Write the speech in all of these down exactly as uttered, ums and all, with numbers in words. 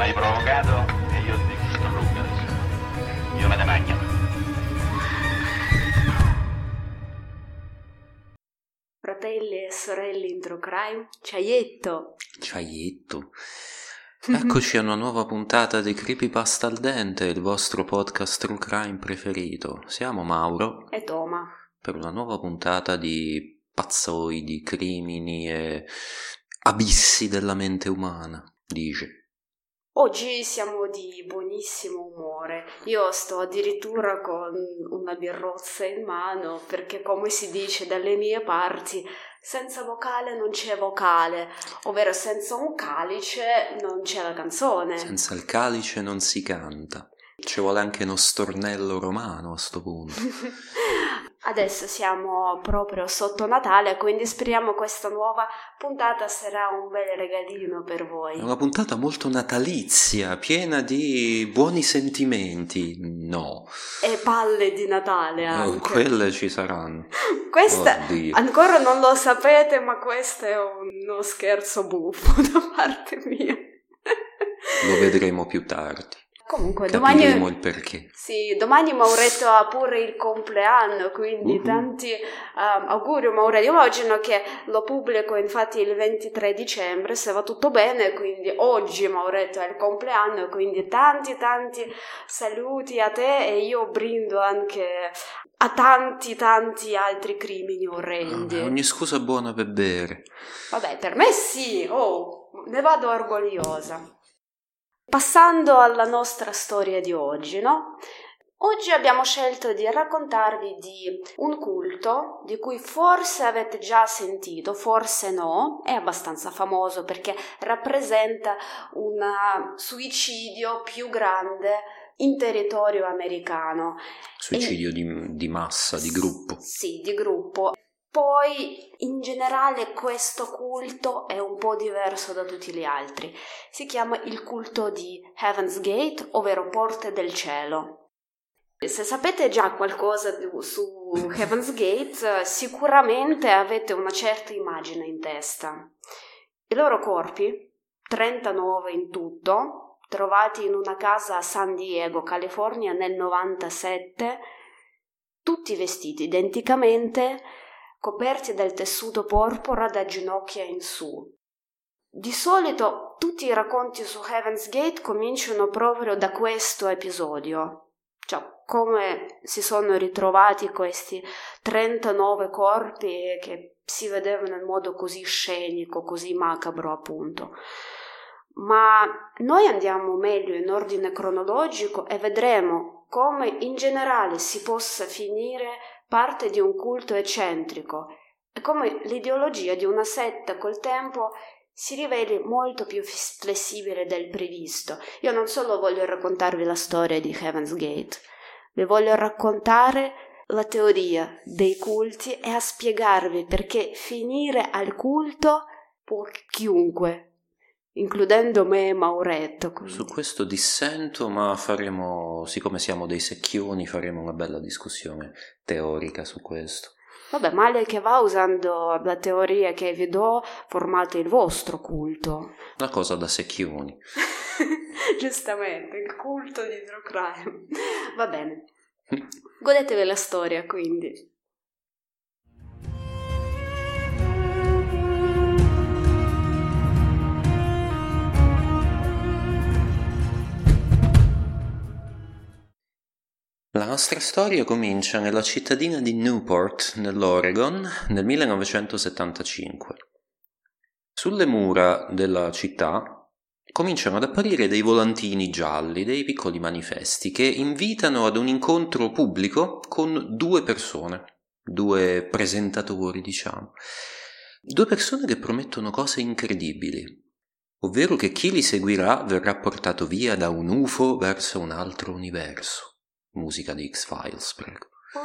Mi hai provocato e io ti distruggo adesso. Io me ne mangio. Fratelli e sorelle in True Crime, Ciaietto. Ciaietto. Eccoci a una nuova puntata di Creepypasta al Dente, il vostro podcast True Crime preferito. Siamo Mauro e Toma per una nuova puntata di pazzoidi, crimini e abissi della mente umana, dice. Oggi siamo di buonissimo umore. Io sto addirittura con una birrozza in mano perché, come si dice dalle mie parti, senza vocale non c'è vocale, ovvero senza un calice non c'è la canzone. Senza il calice non si canta. Ci vuole anche uno stornello romano a sto punto. Adesso siamo proprio sotto Natale, quindi speriamo questa nuova puntata sarà un bel regalino per voi. È una puntata molto natalizia, piena di buoni sentimenti, no. E palle di Natale anche. Oh, quelle ci saranno. Questa, Oddio. ancora non lo sapete, ma questo è uno scherzo buffo da parte mia. Lo vedremo più tardi. Comunque, capiremo domani il perché. Sì, domani Mauretto ha pure il compleanno, quindi uh-huh. tanti um, auguri Mauretto. Io immagino che lo pubblico infatti il ventitré dicembre, se va tutto bene, quindi oggi Mauretto è il compleanno, quindi tanti tanti saluti a te e io brindo anche a tanti tanti altri crimini orrendi. Ah, ogni scusa buona per bere. Vabbè, per me sì, oh, ne vado orgogliosa. Passando alla nostra storia di oggi, no? Oggi abbiamo scelto di raccontarvi di un culto di cui forse avete già sentito, forse no, è abbastanza famoso perché rappresenta un suicidio più grande in territorio americano. Suicidio e... di, di massa, di gruppo. Sì, di gruppo. Poi, in generale, questo culto è un po' diverso da tutti gli altri. Si chiama il culto di Heaven's Gate, ovvero Porte del Cielo. Se sapete già qualcosa su Heaven's Gate, sicuramente avete una certa immagine in testa. I loro corpi, trentanove in tutto, trovati in una casa a San Diego, California, nel novantasette, tutti vestiti identicamente, coperti del tessuto porpora da ginocchia in su. Di solito tutti i racconti su Heaven's Gate cominciano proprio da questo episodio, cioè come si sono ritrovati questi trentanove corpi che si vedevano in modo così scenico, così macabro appunto. Ma noi andiamo meglio in ordine cronologico e vedremo come in generale si possa finire parte di un culto eccentrico e come l'ideologia di una setta col tempo si riveli molto più flessibile del previsto. Io non solo voglio raccontarvi la storia di Heaven's Gate, vi voglio raccontare la teoria dei culti e a spiegarvi perché finire al culto può chiunque, includendo me e Mauretto. Quindi. Su questo dissento, ma faremo, siccome siamo dei secchioni, faremo una bella discussione teorica su questo. Vabbè, male che va usando la teoria che vi do, formate il vostro culto. Una cosa da secchioni. Giustamente, il culto di True Crime. Va bene. Godetevi la storia, quindi. La nostra storia comincia nella cittadina di Newport, nell'Oregon, nel millenovecentosettantacinque. Sulle mura della città cominciano ad apparire dei volantini gialli, dei piccoli manifesti che invitano ad un incontro pubblico con due persone, due presentatori, diciamo. Due persone che promettono cose incredibili, ovvero che chi li seguirà verrà portato via da un U F O verso un altro universo. Musica di X-Files, prego.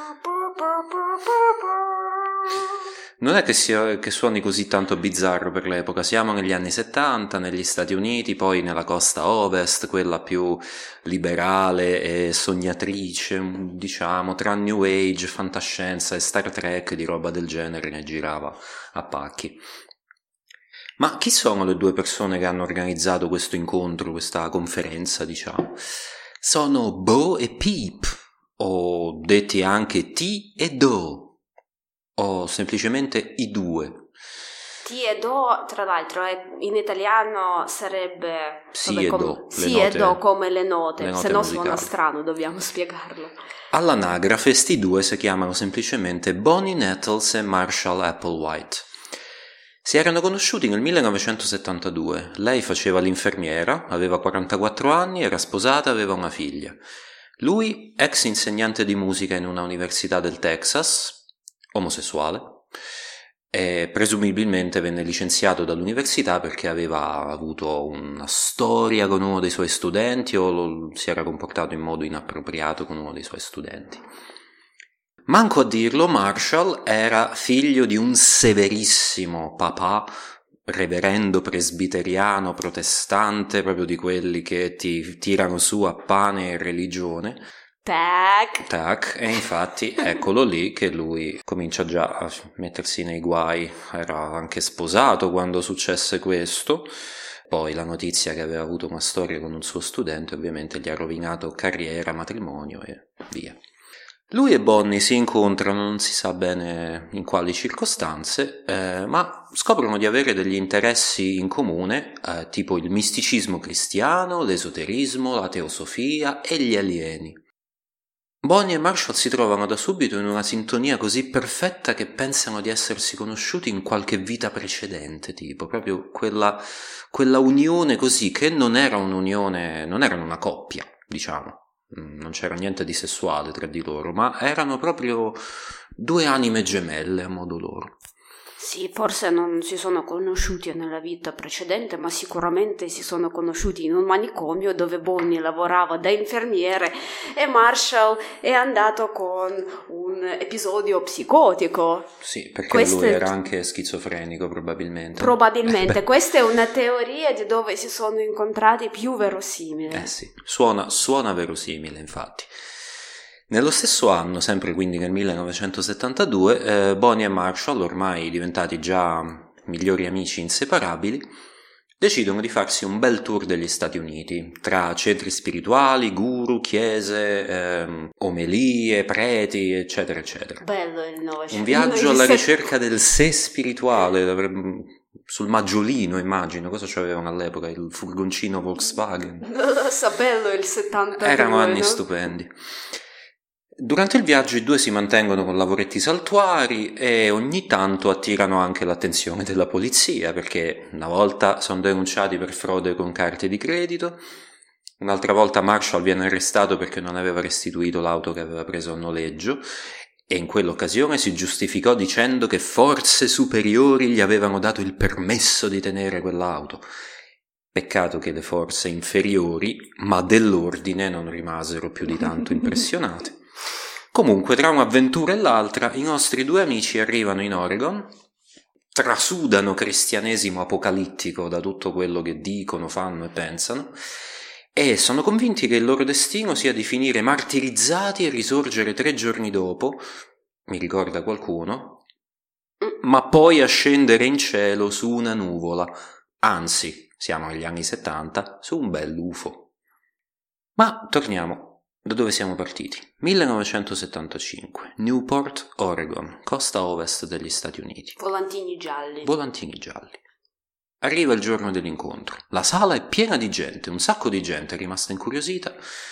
Non è che, sia, che suoni così tanto bizzarro per l'epoca, siamo negli anni settanta, negli Stati Uniti, poi nella costa ovest, quella più liberale e sognatrice, diciamo, tra New Age, fantascienza e Star Trek, di roba del genere ne girava a pacchi. Ma chi sono le due persone che hanno organizzato questo incontro, questa conferenza, diciamo? Sono Bo e Peep, o detti anche T e Do, o semplicemente i due. T e Do, tra l'altro, in italiano sarebbe Sì vabbè, e com- Do, sì le e note- Do come le note, le note se no musicali. suona strano, dobbiamo spiegarlo. All'anagrafe sti due si chiamano semplicemente Bonnie Nettles e Marshall Applewhite. Si erano conosciuti nel millenovecentosettantadue. Lei faceva l'infermiera, aveva quarantaquattro anni, era sposata, aveva una figlia. Lui, ex insegnante di musica in una università del Texas, omosessuale, e presumibilmente venne licenziato dall'università perché aveva avuto una storia con uno dei suoi studenti o lo, si era comportato in modo inappropriato con uno dei suoi studenti. Manco a dirlo, Marshall era figlio di un severissimo papà, reverendo presbiteriano protestante, proprio di quelli che ti tirano su a pane e religione. Tac. Tac, e infatti eccolo lì che lui comincia già a mettersi nei guai. Era anche sposato quando successe questo. Poi la notizia che aveva avuto una storia con un suo studente ovviamente gli ha rovinato carriera, matrimonio e via. Lui e Bonnie si incontrano, non si sa bene in quali circostanze, eh, ma scoprono di avere degli interessi in comune, eh, tipo il misticismo cristiano, l'esoterismo, la teosofia e gli alieni. Bonnie e Marshall si trovano da subito in una sintonia così perfetta che pensano di essersi conosciuti in qualche vita precedente, tipo proprio quella, quella unione così che non era un'unione, non erano una coppia, diciamo. Non c'era niente di sessuale tra di loro, ma erano proprio due anime gemelle a modo loro. Sì, forse non si sono conosciuti nella vita precedente, ma sicuramente si sono conosciuti in un manicomio dove Bonnie lavorava da infermiere e Marshall è andato con un episodio psicotico. Sì, perché Queste... lui era anche schizofrenico probabilmente. Probabilmente, questa è una teoria di dove si sono incontrati più verosimile. Eh sì, suona, suona verosimile infatti. Nello stesso anno, sempre quindi nel millenovecentosettantadue, eh, Bonnie e Marshall, ormai diventati già migliori amici inseparabili, decidono di farsi un bel tour degli Stati Uniti, tra centri spirituali, guru, chiese, ehm, omelie, preti, eccetera, eccetera. Bello il Novecento. Un viaggio alla ricerca del sé spirituale, sul Maggiolino, immagino. Cosa c'avevano all'epoca? Il furgoncino Volkswagen. Non lo so, bello il settantadue. Erano anni no? stupendi. Durante il viaggio i due si mantengono con lavoretti saltuari e ogni tanto attirano anche l'attenzione della polizia, perché una volta sono denunciati per frode con carte di credito, un'altra volta Marshall viene arrestato perché non aveva restituito l'auto che aveva preso a noleggio e in quell'occasione si giustificò dicendo che forze superiori gli avevano dato il permesso di tenere quell'auto. Peccato che le forze inferiori, ma dell'ordine, non rimasero più di tanto impressionate. Comunque, tra un'avventura e l'altra, i nostri due amici arrivano in Oregon, trasudano cristianesimo apocalittico da tutto quello che dicono, fanno e pensano, e sono convinti che il loro destino sia di finire martirizzati e risorgere tre giorni dopo, mi ricorda qualcuno, ma poi ascendere in cielo su una nuvola, anzi, siamo agli anni settanta, su un bel U F O. Ma torniamo. Da dove siamo partiti? millenovecentosettantacinque, Newport, Oregon, costa ovest degli Stati Uniti. Volantini gialli. Volantini gialli. Arriva il giorno dell'incontro. La sala è piena di gente, un sacco di gente è rimasta incuriosita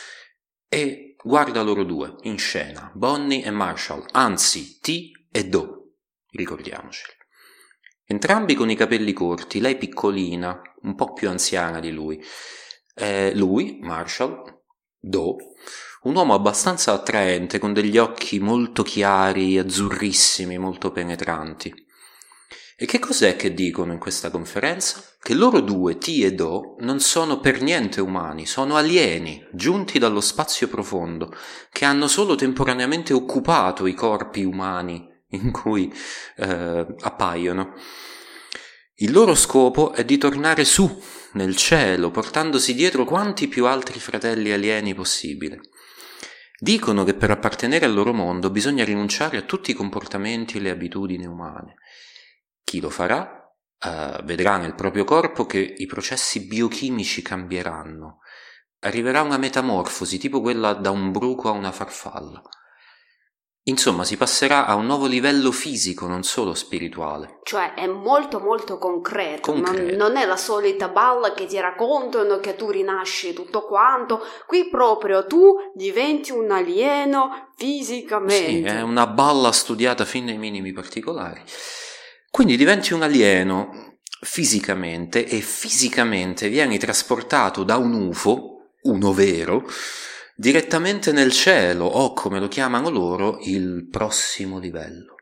e guarda loro due, in scena, Bonnie e Marshall, anzi T e Do, ricordiamoceli. Entrambi con i capelli corti, lei piccolina, un po' più anziana di lui. Eh, lui, Marshall, Do, un uomo abbastanza attraente, con degli occhi molto chiari, azzurrissimi, molto penetranti. E che cos'è che dicono in questa conferenza? Che loro due, T e Do, non sono per niente umani, sono alieni, giunti dallo spazio profondo, che hanno solo temporaneamente occupato i corpi umani in cui eh, appaiono. Il loro scopo è di tornare su, nel cielo, portandosi dietro quanti più altri fratelli alieni possibile. Dicono che per appartenere al loro mondo bisogna rinunciare a tutti i comportamenti e le abitudini umane. Chi lo farà uh, vedrà nel proprio corpo che i processi biochimici cambieranno. Arriverà una metamorfosi, tipo quella da un bruco a una farfalla. Insomma, si passerà a un nuovo livello fisico, non solo spirituale. Cioè è molto molto concreto, Concreto. Non, non è la solita balla che ti raccontano che tu rinasci tutto quanto, qui proprio tu diventi un alieno fisicamente. Sì, è una balla studiata fin nei minimi particolari. Quindi diventi un alieno fisicamente e fisicamente vieni trasportato da un U F O, uno vero, direttamente nel cielo o, come lo chiamano loro, il prossimo livello.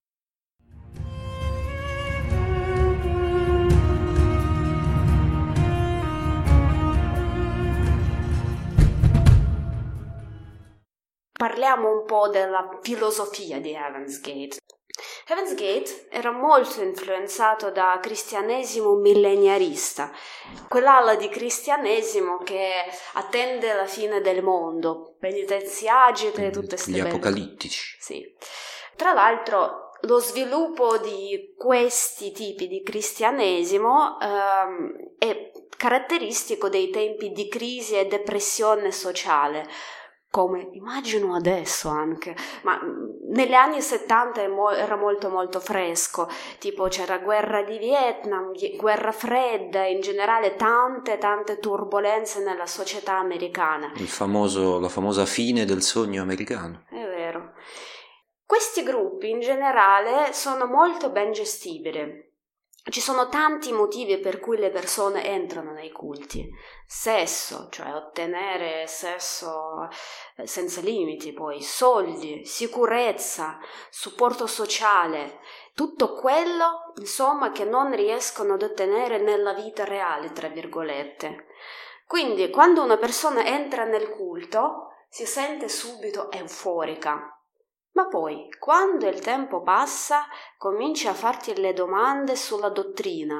Parliamo un po' della filosofia di Heaven's Gate. Heaven's Gate era molto influenzato da cristianesimo milleniarista, quell'ala di cristianesimo che attende la fine del mondo, penitenze agite e tutte queste Gli belle... apocalittici. Sì. Tra l'altro lo sviluppo di questi tipi di cristianesimo ehm, è caratteristico dei tempi di crisi e depressione sociale, come immagino adesso anche, ma negli anni settanta era molto molto fresco, tipo c'era guerra di Vietnam, guerra fredda, in generale tante tante turbolenze nella società americana. Il famoso, la famosa fine del sogno americano. È vero. Questi gruppi in generale sono molto ben gestibili. Ci sono tanti motivi per cui le persone entrano nei culti. Sesso, cioè ottenere sesso senza limiti, poi soldi, sicurezza, supporto sociale, tutto quello, insomma, che non riescono ad ottenere nella vita reale, tra virgolette. Quindi, quando una persona entra nel culto, si sente subito euforica. Ma poi, quando il tempo passa, cominci a farti le domande sulla dottrina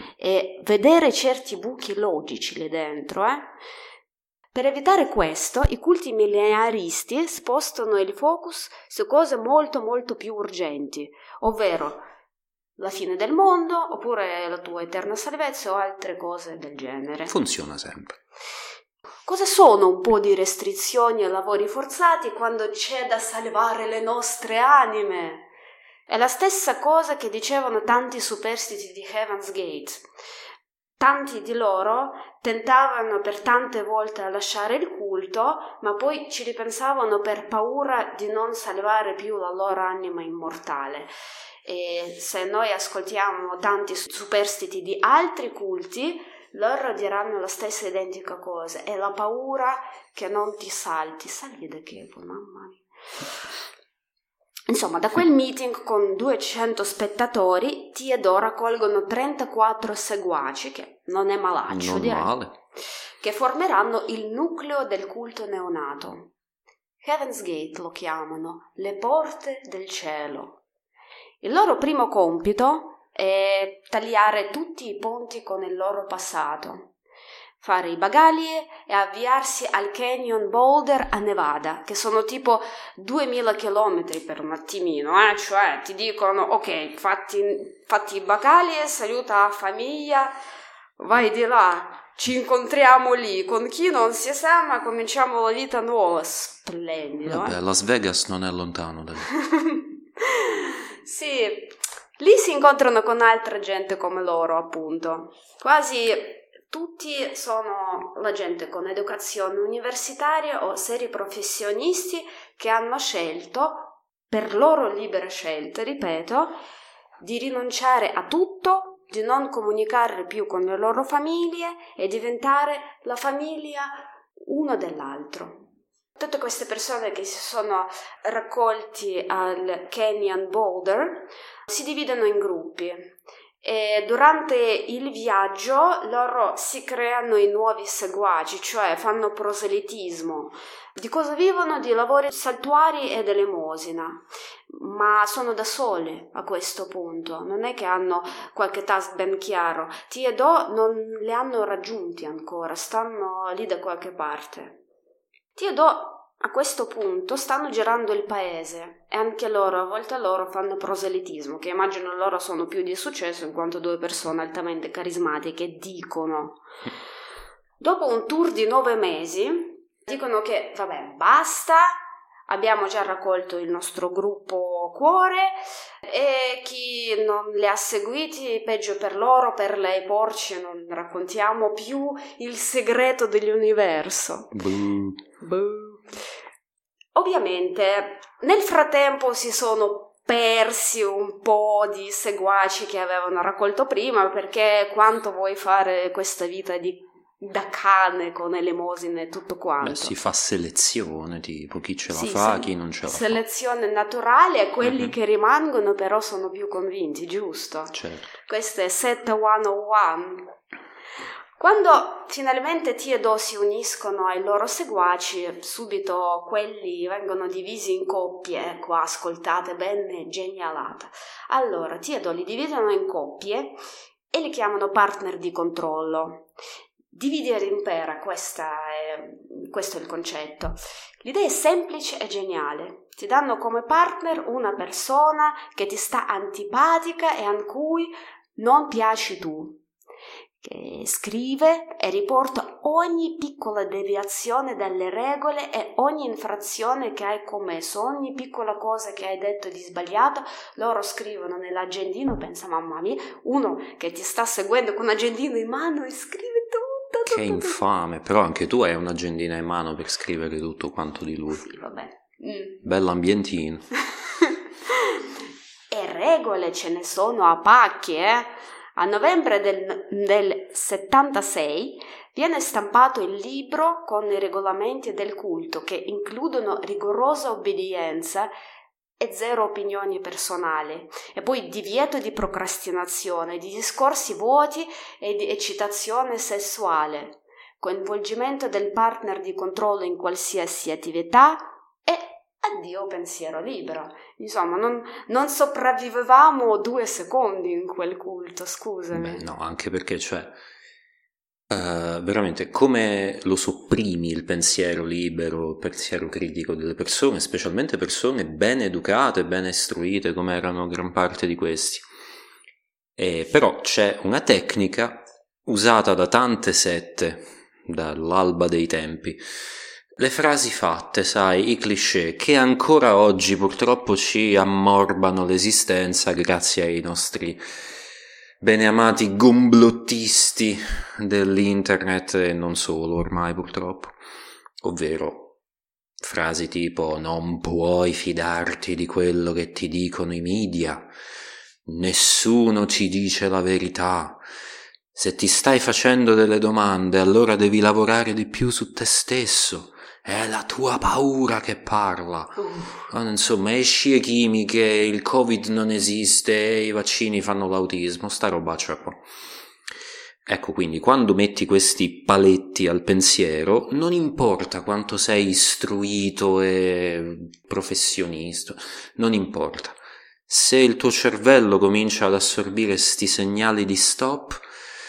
e vedere certi buchi logici lì dentro, eh? Per evitare questo, i culti millenaristi spostano il focus su cose molto molto più urgenti, ovvero la fine del mondo, oppure la tua eterna salvezza o altre cose del genere. Funziona sempre. Cosa sono un po' di restrizioni e lavori forzati quando c'è da salvare le nostre anime? È la stessa cosa che dicevano tanti superstiti di Heaven's Gate. Tanti di loro tentavano per tante volte a lasciare il culto, ma poi ci ripensavano per paura di non salvare più la loro anima immortale. E se noi ascoltiamo tanti superstiti di altri culti, loro diranno la stessa identica cosa, è la paura che non ti salti. Salvi da che, mamma mia. Insomma, da quel meeting con duecento spettatori, T ed O raccolgono trentaquattro seguaci, che non è malaccio, non direi, male. che formeranno il nucleo del culto neonato. Heaven's Gate lo chiamano le porte del cielo. Il loro primo compito è tagliare tutti i ponti con il loro passato, fare i bagagli e avviarsi al Canyon Boulder a Nevada, che sono tipo duemila chilometri per un attimino, eh? Cioè ti dicono ok, fatti, fatti i bagagli, saluta la famiglia, vai di là, ci incontriamo lì, con chi non si sa, ma cominciamo la vita nuova. Splendido. Vabbè, eh? Las Vegas non è lontano da lì. Sì, lì si incontrano con altra gente come loro, appunto. Quasi tutti sono la gente con educazione universitaria o seri professionisti che hanno scelto, per loro libere scelte, ripeto, di rinunciare a tutto, di non comunicare più con le loro famiglie e diventare la famiglia uno dell'altro. Tutte queste persone che si sono raccolti al Canyon Boulder si dividono in gruppi e durante il viaggio loro si creano i nuovi seguaci, cioè fanno proselitismo. Di cosa vivono? Di lavori saltuari ed elemosina, ma sono da soli a questo punto, non è che hanno qualche task ben chiaro. T ed O non li hanno raggiunti ancora, stanno lì da qualche parte. T ed O a questo punto stanno girando il paese e anche loro, a volte loro fanno proselitismo, che immagino loro sono più di successo in quanto due persone altamente carismatiche dicono. Dopo un tour di nove mesi dicono che vabbè, basta, abbiamo già raccolto il nostro gruppo cuore e chi non li ha seguiti peggio per loro, per lei porci, non raccontiamo più il segreto dell'universo. Buh. Buh. Ovviamente nel frattempo si sono persi un po' di seguaci che avevano raccolto prima, perché quanto vuoi fare questa vita di da cane con elemosine e tutto quanto. Beh, si fa selezione, tipo chi ce la sì, fa, sì, chi non ce la selezione fa. Naturale, e quelli Mm-hmm. che rimangono però sono più convinti, giusto? Certo. Questo è set centouno. Quando finalmente T e Do si uniscono ai loro seguaci, subito quelli vengono divisi in coppie. Ecco, ascoltate bene, genialata. Allora, T e Do li dividono in coppie e li chiamano partner di controllo. Dividere impera, questa è, questo è il concetto. L'idea è semplice e geniale. Ti danno come partner una persona che ti sta antipatica e a cui non piaci tu, che scrive e riporta ogni piccola deviazione dalle regole e ogni infrazione che hai commesso, ogni piccola cosa che hai detto di sbagliato. Loro scrivono nell'agendino, pensa mamma mia, uno che ti sta seguendo con un agendino in mano e scrive tutto. Che infame, però anche tu hai un'agendina in mano per scrivere tutto quanto di lui. Sì, vabbè. Mm. Bell'ambientino. E regole ce ne sono a pacchi, eh? A novembre del, del settantasei viene stampato il libro con i regolamenti del culto, che includono rigorosa obbedienza e zero opinioni personali, e poi divieto di procrastinazione, di discorsi vuoti e di eccitazione sessuale, coinvolgimento del partner di controllo in qualsiasi attività e addio pensiero libero. Insomma, non, non sopravvivevamo due secondi in quel culto, scusami. Beh, no, anche perché, cioè, uh, veramente, come lo sopprimi il pensiero libero, il pensiero critico delle persone, specialmente persone ben educate, ben istruite, come erano gran parte di questi. E, però c'è una tecnica usata da tante sette, dall'alba dei tempi, le frasi fatte, sai, i cliché, che ancora oggi purtroppo ci ammorbano l'esistenza grazie ai nostri beneamati gomblottisti dell'internet e non solo ormai purtroppo, ovvero frasi tipo non puoi fidarti di quello che ti dicono i media, nessuno ci dice la verità, se ti stai facendo delle domande allora devi lavorare di più su te stesso, è la tua paura che parla. Uh. Insomma, e scie chimiche, il Covid non esiste, i vaccini fanno l'autismo, sta robaccia qua. Ecco, quindi quando metti questi paletti al pensiero, non importa quanto sei istruito e professionista, non importa. Se il tuo cervello comincia ad assorbire sti segnali di stop,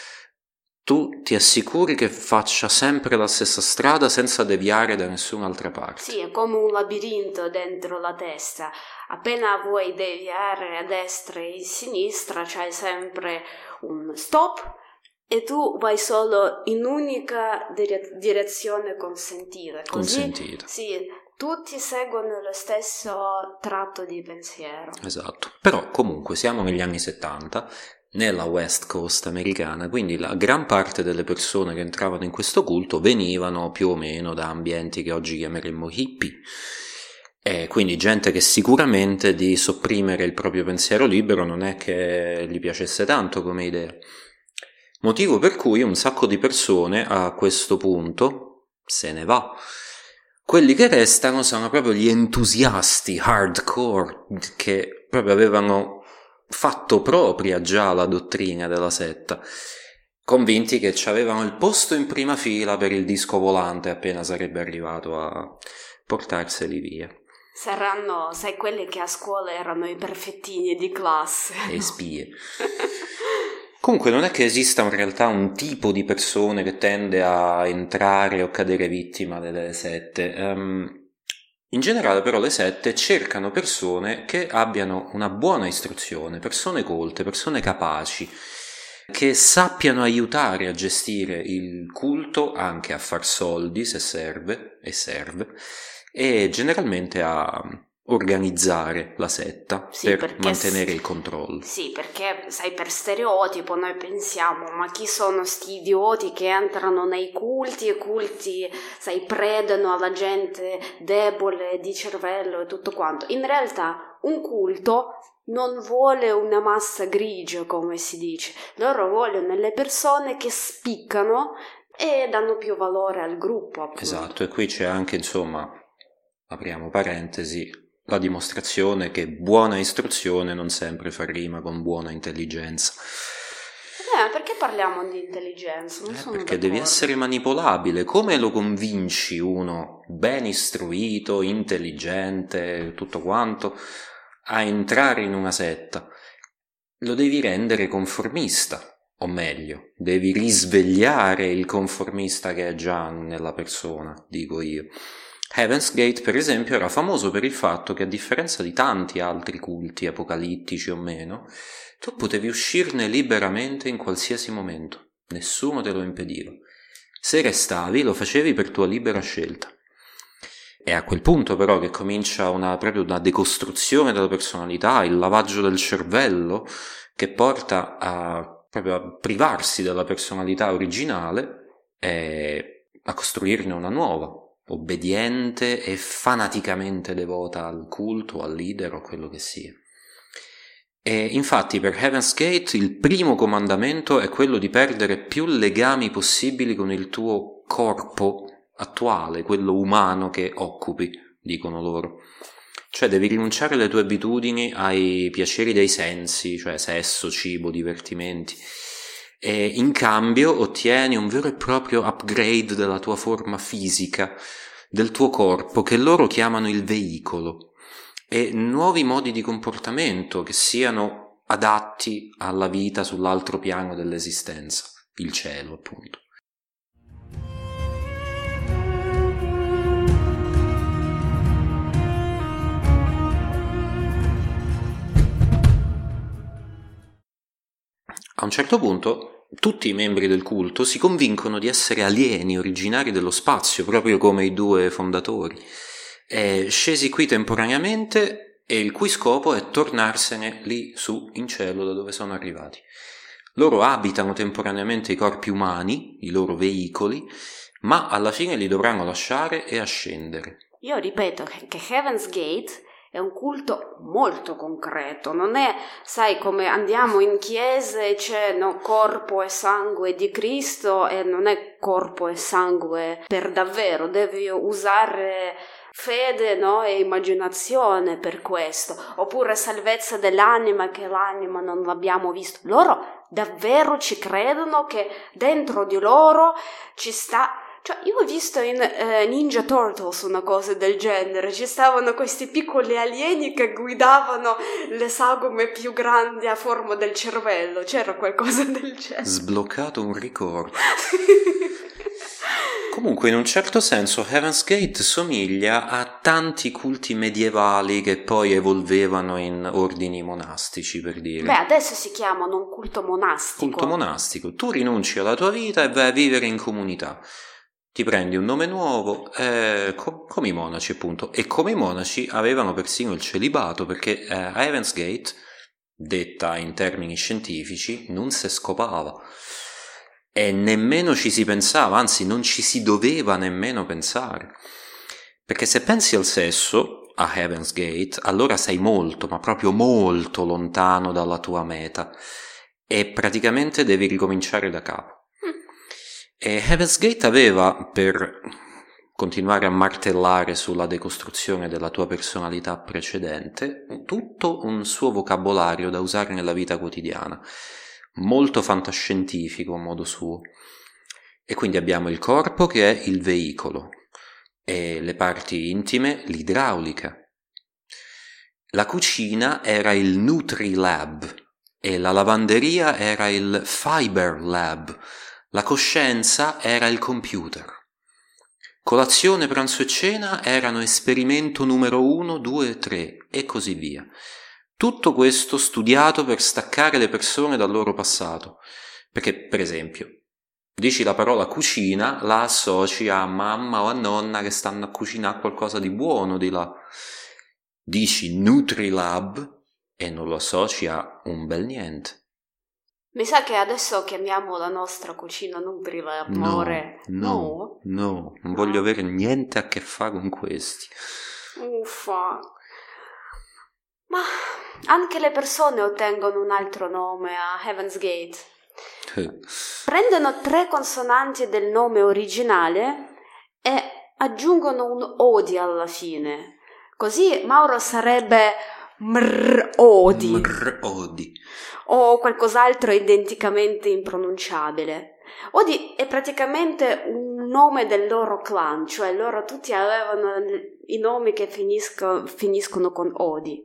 tu ti assicuri che faccia sempre la stessa strada senza deviare da nessun'altra parte. Sì, è come un labirinto dentro la testa. Appena vuoi deviare a destra e a sinistra c'hai sempre un stop e tu vai solo in unica dire- direzione consentita. Così, Consentita. Sì, tutti seguono lo stesso tratto di pensiero. Esatto. Però comunque siamo negli anni settanta, nella West Coast americana, quindi la gran parte delle persone che entravano in questo culto venivano più o meno da ambienti che oggi chiameremmo hippie, e quindi gente che sicuramente di sopprimere il proprio pensiero libero non è che gli piacesse tanto come idea, motivo per cui un sacco di persone a questo punto se ne va. Quelli che restano sono proprio gli entusiasti hardcore che proprio avevano fatto propria già la dottrina della setta, convinti che ci avevano il posto in prima fila per il disco volante appena sarebbe arrivato a portarseli via. Saranno, sai, quelli che a scuola erano i perfettini di classe. E spie. Comunque non è che esista in realtà un tipo di persone che tende a entrare o cadere vittima delle sette. Um, In generale però le sette cercano persone che abbiano una buona istruzione, persone colte, persone capaci, che sappiano aiutare a gestire il culto, anche a far soldi se serve, e serve, e generalmente a organizzare la setta sì, per mantenere s- il controllo. Sì, perché sai, per stereotipo noi pensiamo, ma chi sono sti idioti che entrano nei culti e culti, sai, predano alla gente debole di cervello e tutto quanto. In realtà un culto non vuole una massa grigia, come si dice, loro vogliono le persone che spiccano e danno più valore al gruppo, appunto. Esatto, e qui c'è anche, insomma, apriamo parentesi, la dimostrazione che buona istruzione non sempre fa rima con buona intelligenza. Eh, perché parliamo di intelligenza? Non Eh, sono perché d'accordo. devi essere manipolabile. Come lo convinci uno ben istruito, intelligente, tutto quanto, a entrare in una setta? Lo devi rendere conformista, o meglio, devi risvegliare il conformista che è già nella persona, dico io. Heaven's Gate, per esempio, era famoso per il fatto che, a differenza di tanti altri culti, apocalittici o meno, tu potevi uscirne liberamente in qualsiasi momento. Nessuno te lo impediva. Se restavi, lo facevi per tua libera scelta. È a quel punto però che comincia una, proprio una decostruzione della personalità, il lavaggio del cervello, che porta a, proprio a privarsi della personalità originale e a costruirne una nuova, obbediente e fanaticamente devota al culto, al leader o quello che sia. E infatti per Heaven's Gate il primo comandamento è quello di perdere più legami possibili con il tuo corpo attuale, quello umano che occupi, dicono loro. Cioè devi rinunciare alle tue abitudini, ai piaceri dei sensi, cioè sesso, cibo, divertimenti, e in cambio ottieni un vero e proprio upgrade della tua forma fisica, del tuo corpo, che loro chiamano il veicolo, e nuovi modi di comportamento che siano adatti alla vita sull'altro piano dell'esistenza, il cielo appunto. A un certo punto tutti i membri del culto si convincono di essere alieni originari dello spazio, proprio come i due fondatori, eh, scesi qui temporaneamente e il cui scopo è tornarsene lì su in cielo da dove sono arrivati. Loro abitano temporaneamente i corpi umani, i loro veicoli, ma alla fine li dovranno lasciare e ascendere. Io ripeto che Heaven's Gate è un culto molto concreto, non è, sai, come andiamo in chiesa e c'è no, corpo e sangue di Cristo, e non è corpo e sangue per davvero, devi usare fede, no, e immaginazione per questo, oppure salvezza dell'anima, che l'anima non l'abbiamo visto. Loro davvero ci credono che dentro di loro ci sta. Cioè, io ho visto in eh, Ninja Turtles una cosa del genere, ci stavano questi piccoli alieni che guidavano le sagome più grandi a forma del cervello, c'era qualcosa del genere. Sbloccato un ricordo. Comunque, in un certo senso, Heaven's Gate somiglia a tanti culti medievali che poi evolvevano in ordini monastici, per dire. Beh, adesso si chiamano un culto monastico. Culto monastico. Tu rinunci alla tua vita e vai a vivere in comunità. Ti prendi un nome nuovo, eh, co- come i monaci appunto, e come i monaci avevano persino il celibato, perché eh, a Heaven's Gate, detta in termini scientifici, non si scopava e nemmeno ci si pensava, anzi non ci si doveva nemmeno pensare, perché se pensi al sesso a Heaven's Gate, allora sei molto, ma proprio molto lontano dalla tua meta e praticamente devi ricominciare da capo. E Heaven's Gate aveva, per continuare a martellare sulla decostruzione della tua personalità precedente, tutto un suo vocabolario da usare nella vita quotidiana, molto fantascientifico a modo suo. E quindi abbiamo il corpo che è il veicolo, e le parti intime l'idraulica. La cucina era il Nutri-Lab e la lavanderia era il Fiber Lab. La coscienza era il computer. Colazione, pranzo e cena erano esperimento numero uno, due e tre e così via. Tutto questo studiato per staccare le persone dal loro passato. Perché, per esempio, dici la parola cucina, la associ a mamma o a nonna che stanno a cucinare qualcosa di buono di là. Dici Nutrilab e non lo associ a un bel niente. Mi sa che adesso chiamiamo la nostra cucina Nutrilab, amore. No, no, no, non voglio avere niente a che fare con questi. Uffa. Ma anche le persone ottengono un altro nome a Heaven's Gate. Prendono tre consonanti del nome originale e aggiungono un odi alla fine. Così Mauro sarebbe Mr-Odi. Mr-Odi. O qualcos'altro identicamente impronunciabile. Odi è praticamente un nome del loro clan, cioè loro tutti avevano i nomi che finisco, finiscono con Odi.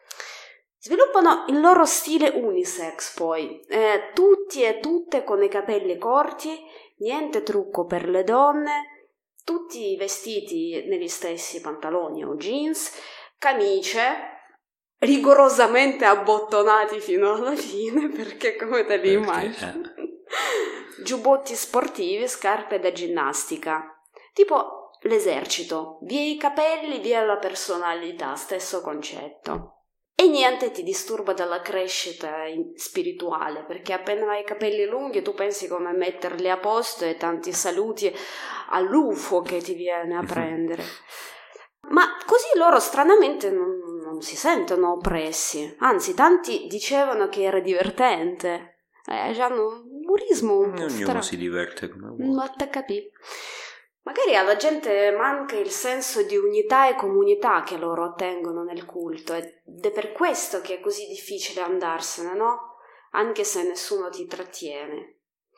Sviluppano il loro stile unisex poi, eh, tutti e tutte con i capelli corti, niente trucco per le donne, tutti vestiti negli stessi pantaloni o jeans, camicie rigorosamente abbottonati fino alla fine, perché come te li immagini? Giubbotti sportivi, scarpe da ginnastica, tipo l'esercito, via i capelli, via la personalità, stesso concetto. E niente ti disturba dalla crescita spirituale, perché appena hai i capelli lunghi tu pensi come metterli a posto e tanti saluti all'U F O che ti viene a prendere. Ma così loro stranamente non, non si sentono oppressi, anzi tanti dicevano che era divertente. Eh, hanno un umorismo un po' Ognuno strano. si diverte come vuole. Ma te capì. Magari alla gente manca il senso di unità e comunità che loro ottengono nel culto ed è per questo che è così difficile andarsene, no? Anche se nessuno ti trattiene.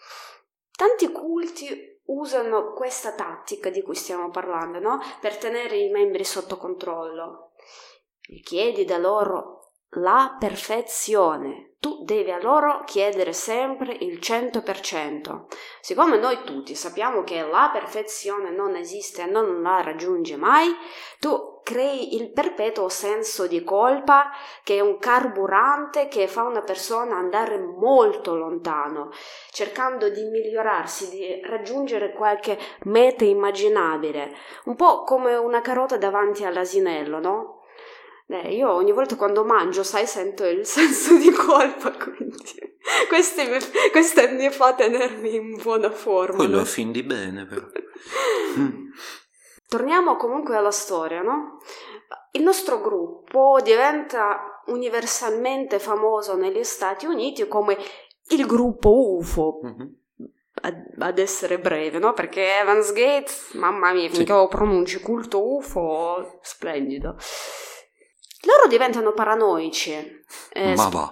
Tanti culti usano questa tattica di cui stiamo parlando, no? Per tenere i membri sotto controllo. Chiedi da loro la perfezione. Tu devi a loro chiedere sempre il cento per cento. Siccome noi tutti sappiamo che la perfezione non esiste e non la raggiunge mai, tu crei il perpetuo senso di colpa che è un carburante che fa una persona andare molto lontano, cercando di migliorarsi, di raggiungere qualche meta immaginabile, un po' come una carota davanti all'asinello, no? Eh, io ogni volta quando mangio, sai, sento il senso di colpa, quindi questo mi, questo mi fa tenermi in buona forma. Quello no? a fin di bene, però. mm. Torniamo comunque alla storia, no? Il nostro gruppo diventa universalmente famoso negli Stati Uniti come il gruppo U F O. Mm-hmm. Ad essere breve, no? Perché Heaven's Gate, mamma mia, finché sì. Lo pronunci, culto U F O, splendido. Loro diventano paranoici. Eh, Ma va.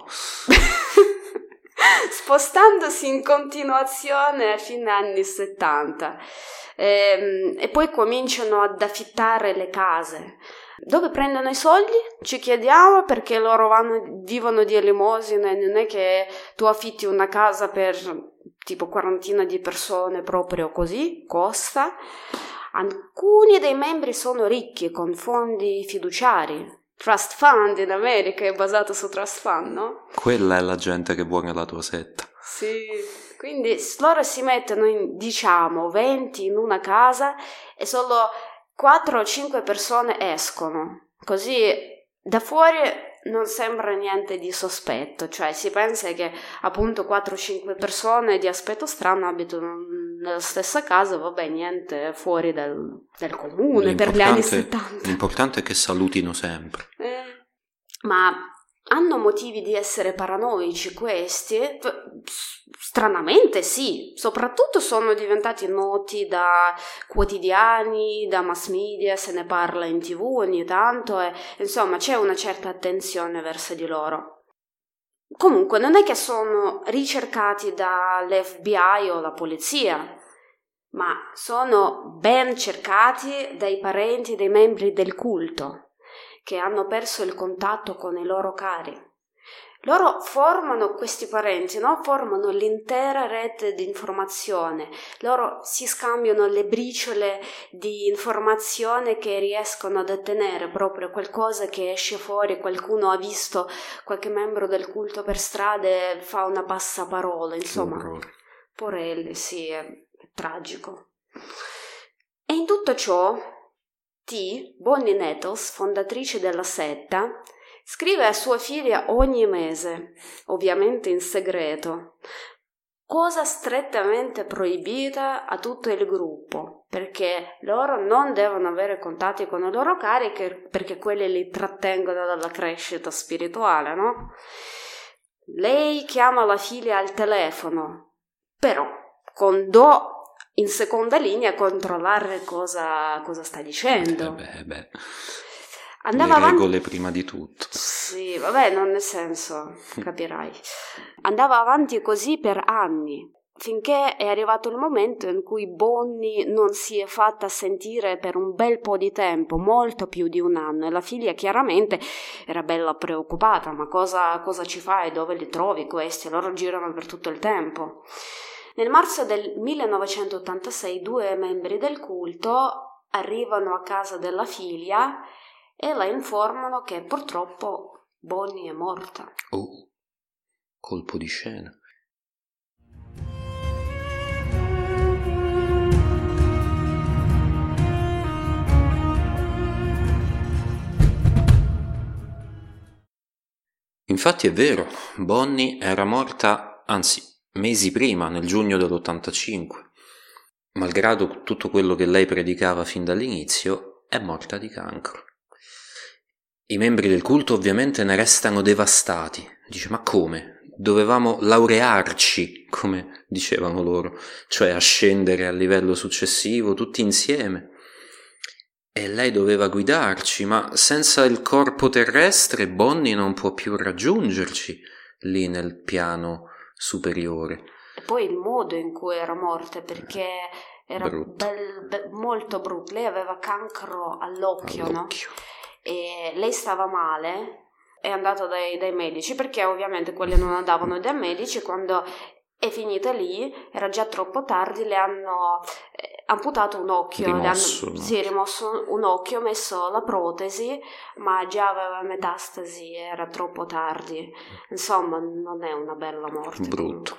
Spostandosi in continuazione a fine anni settanta. E, e poi cominciano ad affittare le case. Dove prendono i soldi? Ci chiediamo, perché loro vanno, vivono di elemosina e non è che tu affitti una casa per tipo quarantina di persone proprio così, costa. Alcuni dei membri sono ricchi con fondi fiduciari. Trust fund in America è basato su trust fund, no? Quella è la gente che vuole la tua setta. Sì, quindi loro si mettono in, diciamo, venti in una casa e solo quattro o cinque persone escono. Così da fuori non sembra niente di sospetto, cioè si pensa che appunto quattro o cinque persone di aspetto strano abitano nella stessa casa, vabbè, niente fuori del, del comune per gli anni settanta. L'importante è che salutino sempre. Eh, ma hanno motivi di essere paranoici questi? Stranamente sì, soprattutto sono diventati noti da quotidiani, da mass media, se ne parla in tv ogni tanto e insomma c'è una certa attenzione verso di loro. Comunque non è che sono ricercati dall'F B I o la polizia, ma sono ben cercati dai parenti dei membri del culto che hanno perso il contatto con i loro cari. Loro formano, questi parenti, no? Formano l'intera rete di informazione. Loro si scambiano le briciole di informazione che riescono ad ottenere, proprio qualcosa che esce fuori, qualcuno ha visto qualche membro del culto per strada e fa una passaparola, insomma. Orrore. Porelli, sì, è, è tragico. E in tutto ciò, T, Bonnie Nettles, fondatrice della setta, scrive a sua figlia ogni mese, ovviamente in segreto, cosa strettamente proibita a tutto il gruppo, perché loro non devono avere contatti con i loro cari, perché quelli li trattengono dalla crescita spirituale, no? Lei chiama la figlia al telefono, però con Do in seconda linea a controllare cosa, cosa sta dicendo. Beh, beh, beh. Andava Le regole avanti... prima di tutto. Sì, vabbè, non nel senso, capirai. Andava avanti così per anni, finché è arrivato il momento in cui Bonnie non si è fatta sentire per un bel po' di tempo, molto più di un anno, e la figlia chiaramente era bella preoccupata, ma cosa, cosa ci fai, dove li trovi questi? Loro girano per tutto il tempo. Nel marzo del millenovecentottantasei due membri del culto arrivano a casa della figlia e la informano che purtroppo Bonnie è morta. Oh, colpo di scena. Infatti è vero, Bonnie era morta, anzi, mesi prima, nel giugno dell'ottantacinque. Malgrado tutto quello che lei predicava fin dall'inizio, è morta di cancro. I membri del culto ovviamente ne restano devastati. Dice, ma come? Dovevamo laurearci, come dicevano loro, cioè ascendere al livello successivo tutti insieme. E lei doveva guidarci, ma senza il corpo terrestre Bonnie non può più raggiungerci lì nel piano superiore. Poi il modo in cui era morta, perché era Brutto. bel, bel, molto brutto. Lei aveva cancro all'occhio, all'occhio. no? E lei stava male, è andata dai, dai medici, perché ovviamente quelli non andavano dai medici. Quando è finita lì era già troppo tardi, le hanno eh, amputato un occhio, Rimosso, le hanno no? sì, rimosso un occhio, messo la protesi, ma già aveva metastasi, era troppo tardi. Insomma, non è una bella morte. Brutto. Comunque.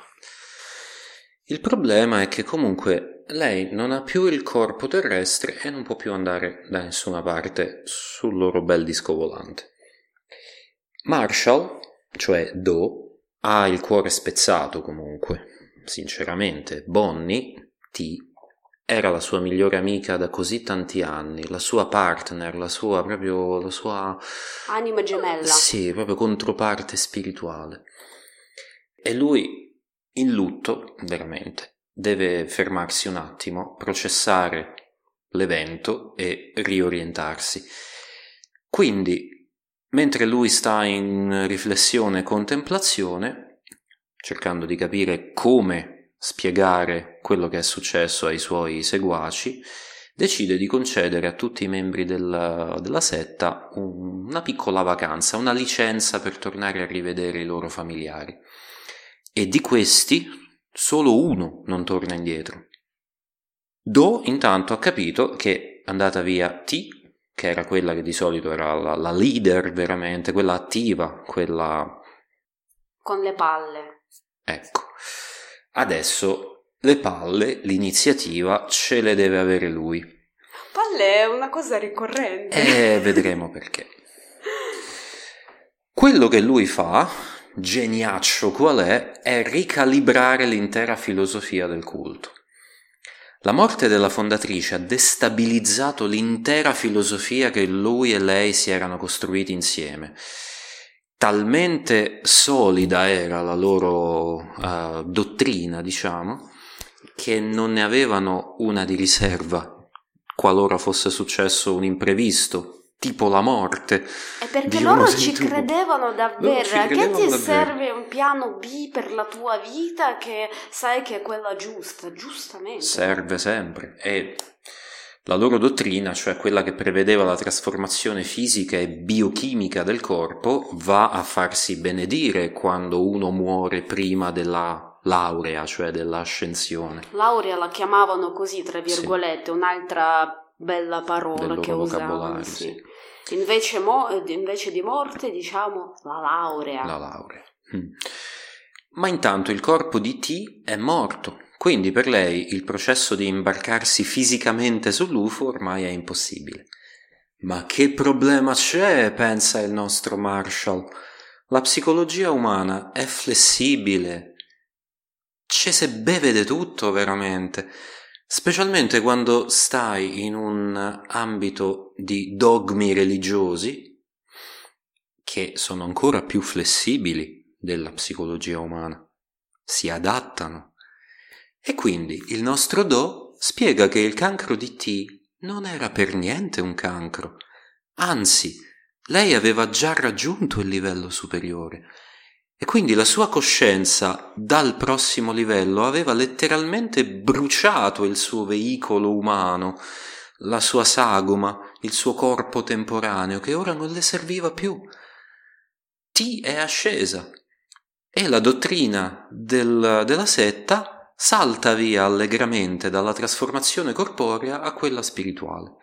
Il problema è che comunque lei non ha più il corpo terrestre e non può più andare da nessuna parte sul loro bel disco volante. Marshall, cioè Do, ha il cuore spezzato comunque, sinceramente. Bonnie, T, era la sua migliore amica da così tanti anni, la sua partner, la sua proprio, la sua... Anima gemella. Sì, proprio controparte spirituale. E lui, in lutto, veramente, deve fermarsi un attimo, processare l'evento e riorientarsi. Quindi, mentre lui sta in riflessione e contemplazione, cercando di capire come spiegare quello che è successo ai suoi seguaci, decide di concedere a tutti i membri della, della setta un, una piccola vacanza, una licenza per tornare a rivedere i loro familiari. E di questi solo uno non torna indietro. Do intanto ha capito che è andata via T, che era quella che di solito era la, la leader veramente, quella attiva, quella... Con le palle. Ecco, adesso le palle, l'iniziativa ce le deve avere lui. Palle è una cosa ricorrente. E vedremo perché. Quello che lui fa... geniaccio qual è, è ricalibrare l'intera filosofia del culto. La morte della fondatrice ha destabilizzato l'intera filosofia che lui e lei si erano costruiti insieme. Talmente solida era la loro uh, dottrina, diciamo, che non ne avevano una di riserva qualora fosse successo un imprevisto, tipo la morte. E perché di loro uno ci sentito. credevano davvero. Ci Che credevano ti davvero. serve un piano B per la tua vita che sai che è quella giusta, giustamente. Serve sempre. E La loro dottrina, cioè quella che prevedeva la trasformazione fisica e biochimica del corpo, va a farsi benedire quando uno muore prima della laurea, cioè dell'ascensione. Laurea la chiamavano così, tra virgolette, sì. Un'altra bella parola che usavano. Sì. Sì. Invece, mo- invece di morte, diciamo, la laurea. La laurea. Mm. Ma intanto il corpo di T è morto. Quindi per lei il processo di imbarcarsi fisicamente sull'U F O ormai è impossibile. Ma che problema c'è, pensa il nostro Marshall. La psicologia umana è flessibile. Ci se beve di tutto veramente, specialmente quando stai in un ambito di dogmi religiosi che sono ancora più flessibili della psicologia umana. Si adattano. E quindi il nostro Do spiega che il cancro di T non era per niente un cancro, anzi, lei aveva già raggiunto il livello superiore e quindi la sua coscienza dal prossimo livello aveva letteralmente bruciato il suo veicolo umano, la sua sagoma, il suo corpo temporaneo che ora non le serviva più. T è ascesa e la dottrina del, della setta salta via allegramente dalla trasformazione corporea a quella spirituale.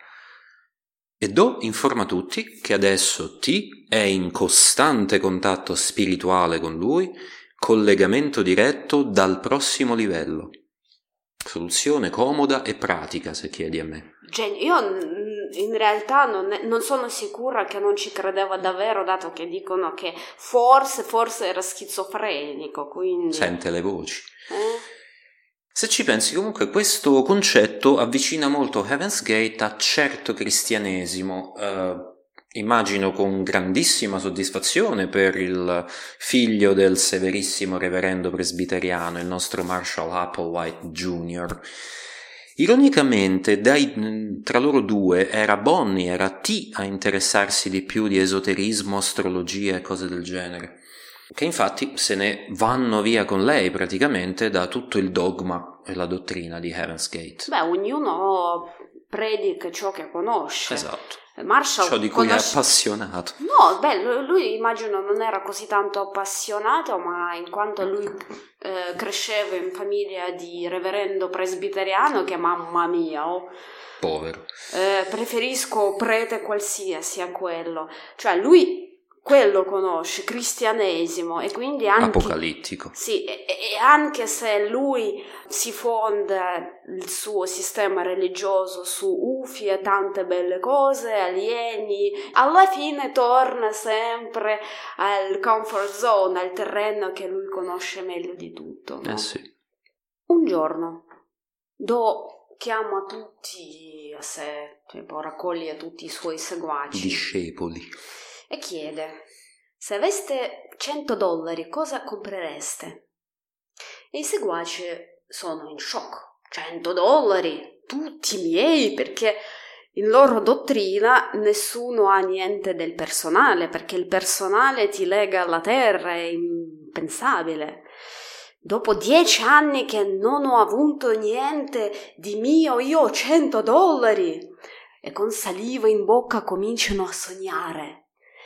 E Do informa tutti che adesso T è in costante contatto spirituale con lui, collegamento diretto dal prossimo livello. Soluzione comoda e pratica, se chiedi a me. Gen- io in realtà non, è, non sono sicura che non ci credeva davvero, dato che dicono che forse, forse era schizofrenico, quindi... Sente le voci. Eh? Se ci pensi, comunque, questo concetto avvicina molto Heaven's Gate a certo cristianesimo, eh, immagino con grandissima soddisfazione per il figlio del severissimo reverendo presbiteriano, il nostro Marshall Applewhite Junior Ironicamente, dai, tra loro due era Bonnie, era T a interessarsi di più di esoterismo, astrologia e cose del genere, che infatti se ne vanno via con lei praticamente da tutto il dogma e la dottrina di Heaven's Gate. Beh, ognuno predica ciò che conosce. Esatto. Marshall ciò di cui conosce... è appassionato. No, beh, lui, lui immagino non era così tanto appassionato, ma in quanto lui eh, cresceva in famiglia di reverendo presbiteriano, che mamma mia, oh, povero, eh, preferisco prete qualsiasi a quello. Cioè lui quello conosce, cristianesimo, e quindi anche... apocalittico. Sì, e, e anche se lui si fonda il suo sistema religioso su U F I e tante belle cose, alieni, alla fine torna sempre al comfort zone, al terreno che lui conosce meglio di tutto, no? Eh sì. Un giorno Do chiama tutti a sé, tipo raccoglie tutti i suoi seguaci, discepoli, e chiede: se aveste cento dollari cosa comprereste? E i seguaci sono in shock. cento dollari? Tutti miei, perché in loro dottrina nessuno ha niente del personale, perché il personale ti lega alla terra, è impensabile. Dopo dieci anni che non ho avuto niente di mio, io ho cento dollari. E con saliva in bocca cominciano a sognare.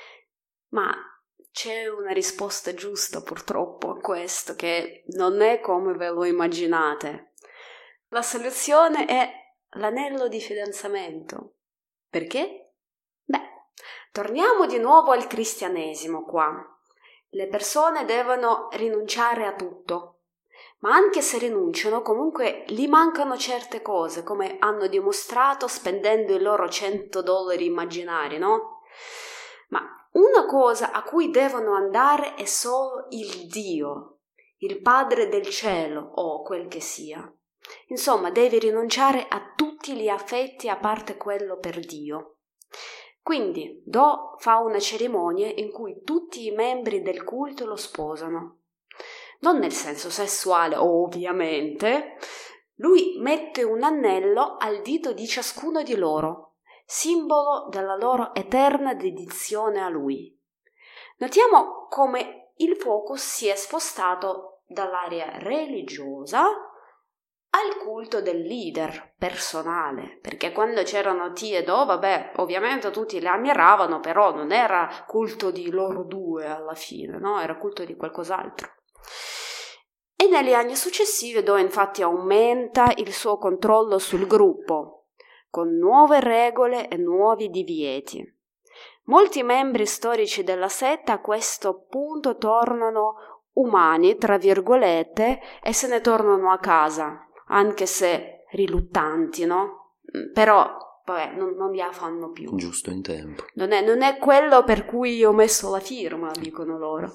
Ma c'è una risposta giusta purtroppo a questo, che non è come ve lo immaginate. La soluzione è l'anello di fidanzamento. Perché? Beh, torniamo di nuovo al cristianesimo qua. Le persone devono rinunciare a tutto, ma anche se rinunciano comunque gli mancano certe cose, come hanno dimostrato spendendo i loro cento dollari immaginari, no? Ma una cosa a cui devono andare è solo il Dio, il Padre del cielo o quel che sia. Insomma, devi rinunciare a tutti gli affetti a parte quello per Dio. Quindi Do fa una cerimonia in cui tutti i membri del culto lo sposano. Non nel senso sessuale, ovviamente. Lui mette un anello al dito di ciascuno di loro, simbolo della loro eterna dedizione a lui. Notiamo come il focus si è spostato dall'area religiosa al culto del leader personale, perché quando c'erano T e O, vabbè, ovviamente tutti le ammiravano, però non era culto di loro due alla fine, no? Era culto di qualcos'altro. E negli anni successivi Do infatti aumenta il suo controllo sul gruppo, con nuove regole e nuovi divieti. Molti membri storici della setta a questo punto tornano umani, tra virgolette, e se ne tornano a casa, anche se riluttanti, no? Però, vabbè, non, non li fanno più. Giusto in tempo. Non è, non è quello per cui ho messo la firma, dicono loro.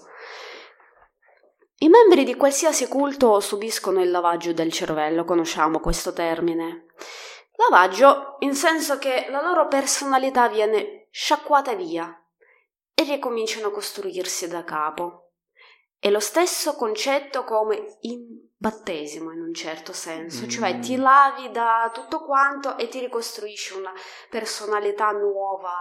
I membri di qualsiasi culto subiscono il lavaggio del cervello, conosciamo questo termine. Lavaggio in senso che la loro personalità viene sciacquata via e ricominciano a costruirsi da capo. È lo stesso concetto come in battesimo in un certo senso, mm. cioè ti lavi da tutto quanto e ti ricostruisci una personalità nuova,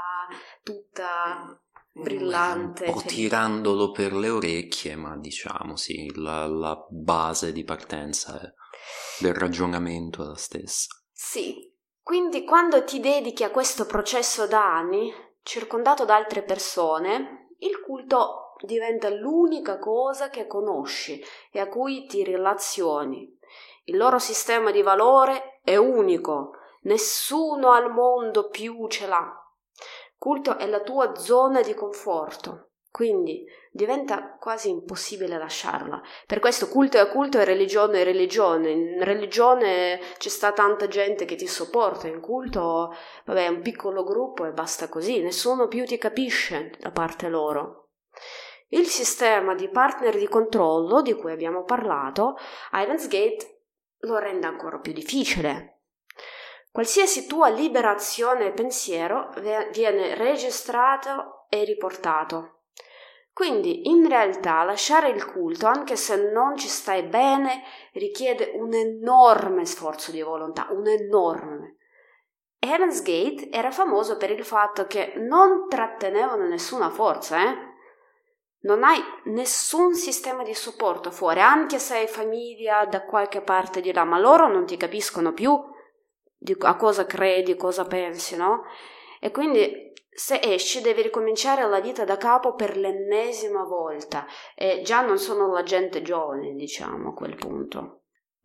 tutta brillante. Un po' tirandolo per le orecchie, ma diciamo sì, la, la base di partenza è del ragionamento è la stessa. Sì, quindi quando ti dedichi a questo processo da anni, circondato da altre persone, il culto diventa l'unica cosa che conosci e a cui ti relazioni. Il loro sistema di valore è unico, nessuno al mondo più ce l'ha. Culto è la tua zona di conforto, quindi diventa quasi impossibile lasciarla. Per questo culto è culto e religione è religione. In religione c'è sta tanta gente che ti sopporta, in culto, vabbè, è un piccolo gruppo e basta così, nessuno più ti capisce da parte loro. Il sistema di partner di controllo di cui abbiamo parlato, Heaven's Gate, lo rende ancora più difficile. Qualsiasi tua libera azione e pensiero viene registrato e riportato. Quindi, in realtà, lasciare il culto, anche se non ci stai bene, richiede un enorme sforzo di volontà, un enorme. Heaven's Gate era famoso per il fatto che non trattenevano nessuna forza, eh? Non hai nessun sistema di supporto fuori, anche se hai famiglia da qualche parte di là, ma loro non ti capiscono più di a cosa credi, cosa pensi, no? E quindi se esci devi ricominciare la vita da capo per l'ennesima volta e già non sono la gente giovane, diciamo, a quel punto.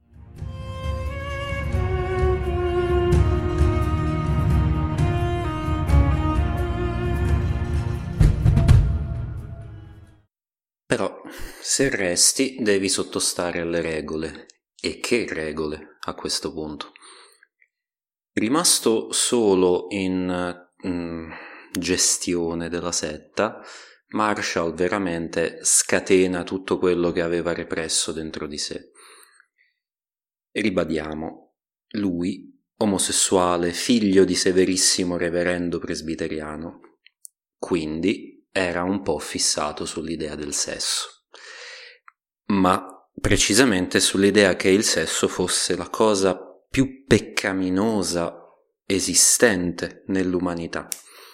Però, se resti, devi sottostare alle regole. E che regole, a questo punto? Rimasto solo in mm, gestione della setta, Marshall veramente scatena tutto quello che aveva represso dentro di sé. E ribadiamo, lui, omosessuale, figlio di severissimo reverendo presbiteriano, quindi era un po' fissato sull'idea del sesso, ma precisamente sull'idea che il sesso fosse la cosa più peccaminosa esistente nell'umanità.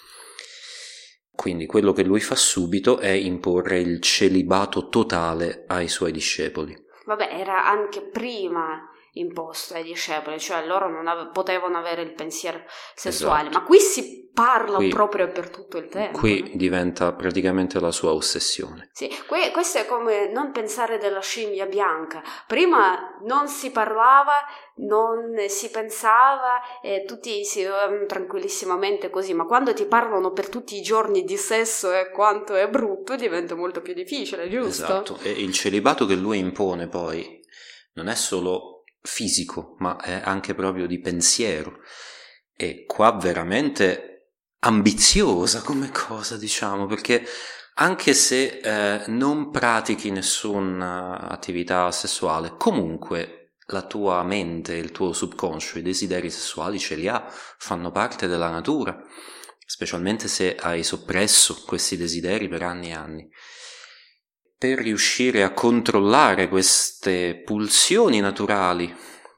Quindi quello che lui fa subito è imporre il celibato totale ai suoi discepoli. Vabbè, era anche prima imposto ai discepoli, cioè loro non ave- potevano avere il pensiero sessuale, esatto. Ma qui si parla qui, proprio per tutto il tempo. Qui no? diventa praticamente la sua ossessione. Sì, que- questo è come non pensare della scimmia bianca. Prima non si parlava, non si pensava e tutti si um, tranquillissimamente così, ma quando ti parlano per tutti i giorni di sesso e quanto è brutto diventa molto più difficile, giusto? Esatto, e il celibato che lui impone poi non è solo fisico, ma è anche proprio di pensiero, e qua veramente ambiziosa come cosa, diciamo, perché anche se eh, non pratichi nessuna attività sessuale, comunque la tua mente, il tuo subconscio, i desideri sessuali ce li ha, fanno parte della natura, specialmente se hai soppresso questi desideri per anni e anni. Per riuscire a controllare queste pulsioni naturali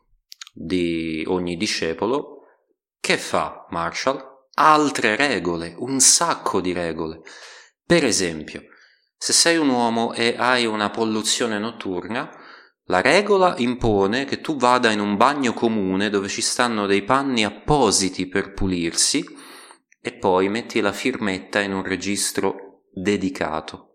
di ogni discepolo, che fa Marshall? Altre regole, un sacco di regole. Per esempio, se sei un uomo e hai una polluzione notturna, La regola impone che tu vada in un bagno comune dove ci stanno dei panni appositi per pulirsi e poi metti la firmetta in un registro dedicato.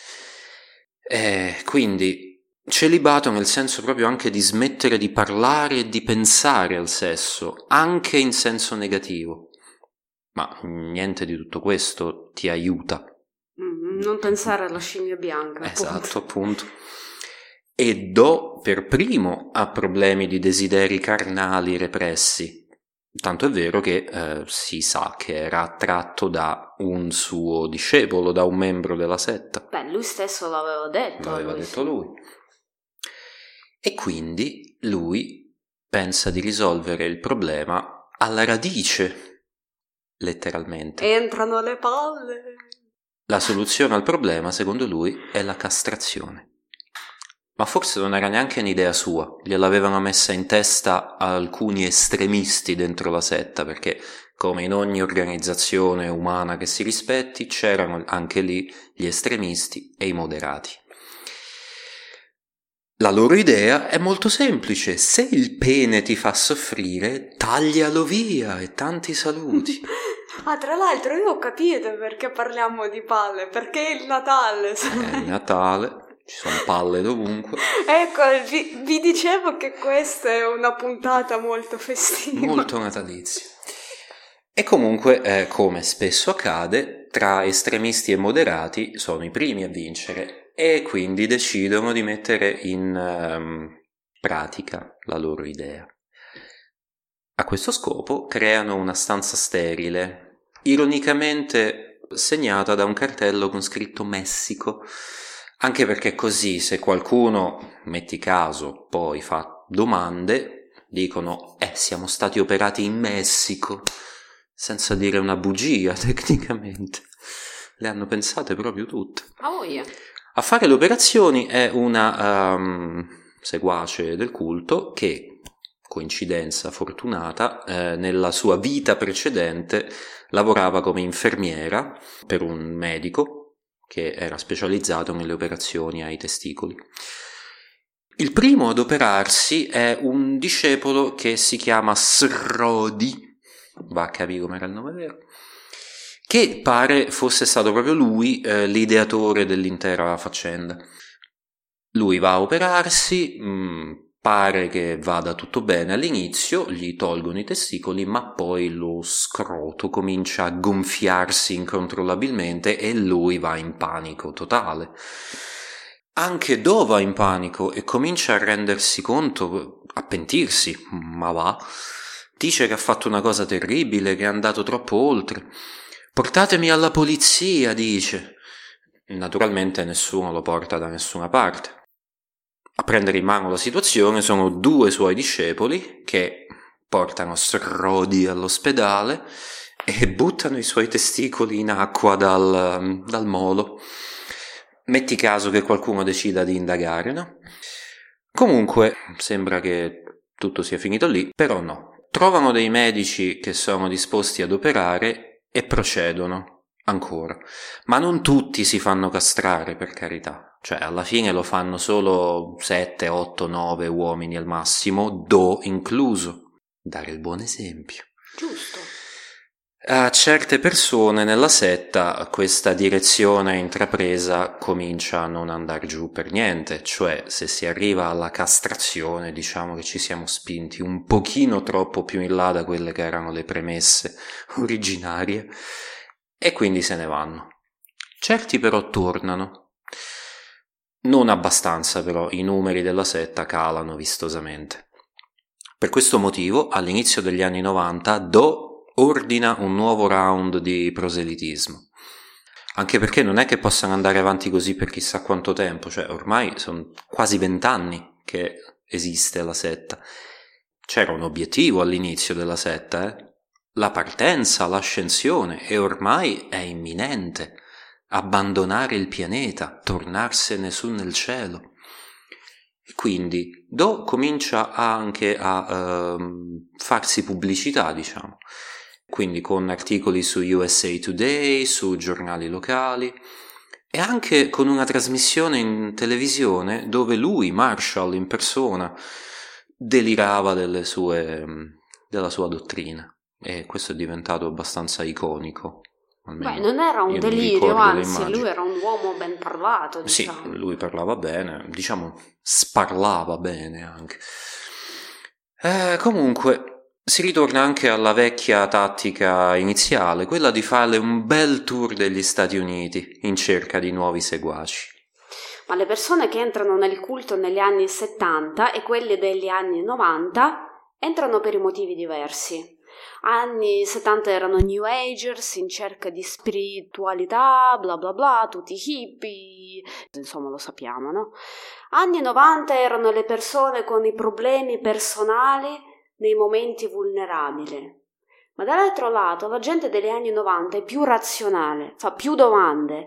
E quindi celibato nel senso proprio anche di smettere di parlare e di pensare al sesso, anche in senso negativo. Ma niente di tutto questo ti aiuta. Mm, non pensare alla scimmia bianca. Esatto, appunto. E Do per primo ha problemi di desideri carnali repressi, tanto è vero che eh, si sa che era attratto da un suo discepolo, da un membro della setta. Beh, lui stesso l'aveva detto. L'aveva lui, detto sì. lui. E quindi lui pensa di risolvere il problema alla radice, letteralmente. Entrano le palle. La soluzione al problema, secondo lui, è la castrazione. Ma forse non era neanche un'idea sua, gliel'avevano messa in testa alcuni estremisti dentro la setta, perché come in ogni organizzazione umana che si rispetti, c'erano anche lì gli estremisti e i moderati. La loro idea è molto semplice: se il pene ti fa soffrire, taglialo via e tanti saluti. Ah, tra l'altro io ho capito perché parliamo di palle, perché è il Natale. È il Natale. Ci sono palle dovunque. Ecco, vi, vi dicevo che questa è una puntata molto festiva. Molto natalizia. E comunque, eh, come spesso accade, tra estremisti e moderati sono i primi a vincere e quindi decidono di mettere in um, pratica la loro idea. A questo scopo creano una stanza sterile, ironicamente segnata da un cartello con scritto Messico, anche perché così se qualcuno, metti caso, poi fa domande, dicono eh siamo stati operati in Messico, senza dire una bugia tecnicamente. Le hanno pensate proprio tutte. Oh yeah. A fare le operazioni è una um, seguace del culto che, coincidenza fortunata, eh, nella sua vita precedente lavorava come infermiera per un medico che era specializzato nelle operazioni ai testicoli. Il primo ad operarsi è un discepolo che si chiama Srodi, va a capire come era il nome vero, che pare fosse stato proprio lui eh, l'ideatore dell'intera faccenda. Lui va a operarsi, mh, pare che vada tutto bene all'inizio, gli tolgono i testicoli, ma poi lo scroto comincia a gonfiarsi incontrollabilmente e lui va in panico totale. Anche Do va in panico e comincia a rendersi conto, a pentirsi, ma va. Dice che ha fatto una cosa terribile, che è andato troppo oltre. Portatemi alla polizia, dice. Naturalmente nessuno lo porta da nessuna parte. A prendere in mano la situazione sono due suoi discepoli che portano Srodi all'ospedale e buttano i suoi testicoli in acqua dal, dal molo. Metti caso che qualcuno decida di indagare, no? Comunque sembra che tutto sia finito lì, però no. Trovano dei medici che sono disposti ad operare e procedono ancora. Ma non tutti si fanno castrare, per carità. Cioè, alla fine lo fanno solo sette, otto, nove uomini al massimo, Do incluso. Dare il buon esempio. Giusto. A certe persone nella setta questa direzione intrapresa comincia a non andare giù per niente, cioè se si arriva alla castrazione diciamo che ci siamo spinti un pochino troppo più in là da quelle che erano le premesse originarie e quindi se ne vanno. Certi però tornano. Non abbastanza però, i numeri della setta calano vistosamente. Per questo motivo, all'inizio degli anni novanta, Do ordina un nuovo round di proselitismo. Anche perché non è che possano andare avanti così per chissà quanto tempo, cioè ormai sono quasi vent'anni che esiste la setta. C'era un obiettivo all'inizio della setta, eh? La partenza, l'ascensione, e ormai è imminente. Abbandonare il pianeta, tornarsene su nel cielo. E quindi Do comincia anche a uh, farsi pubblicità, diciamo, quindi con articoli su U S A Today, su giornali locali, e anche con una trasmissione in televisione dove lui, Marshall, in persona, delirava delle sue, della sua dottrina, e questo è diventato abbastanza iconico. Beh, non era un delirio, anzi, lui era un uomo ben parlato, diciamo. Sì, lui parlava bene, diciamo, sparlava bene anche. Eh, comunque, si ritorna anche alla vecchia tattica iniziale, quella di fare un bel tour degli Stati Uniti in cerca di nuovi seguaci. Ma le persone che entrano nel culto negli anni settanta e quelle degli anni novanta entrano per i motivi diversi. Anni settanta erano New Agers in cerca di spiritualità, bla bla bla, tutti hippie, insomma lo sappiamo, no? Anni novanta erano le persone con i problemi personali nei momenti vulnerabili. Ma dall'altro lato la gente degli anni novanta è più razionale, fa più domande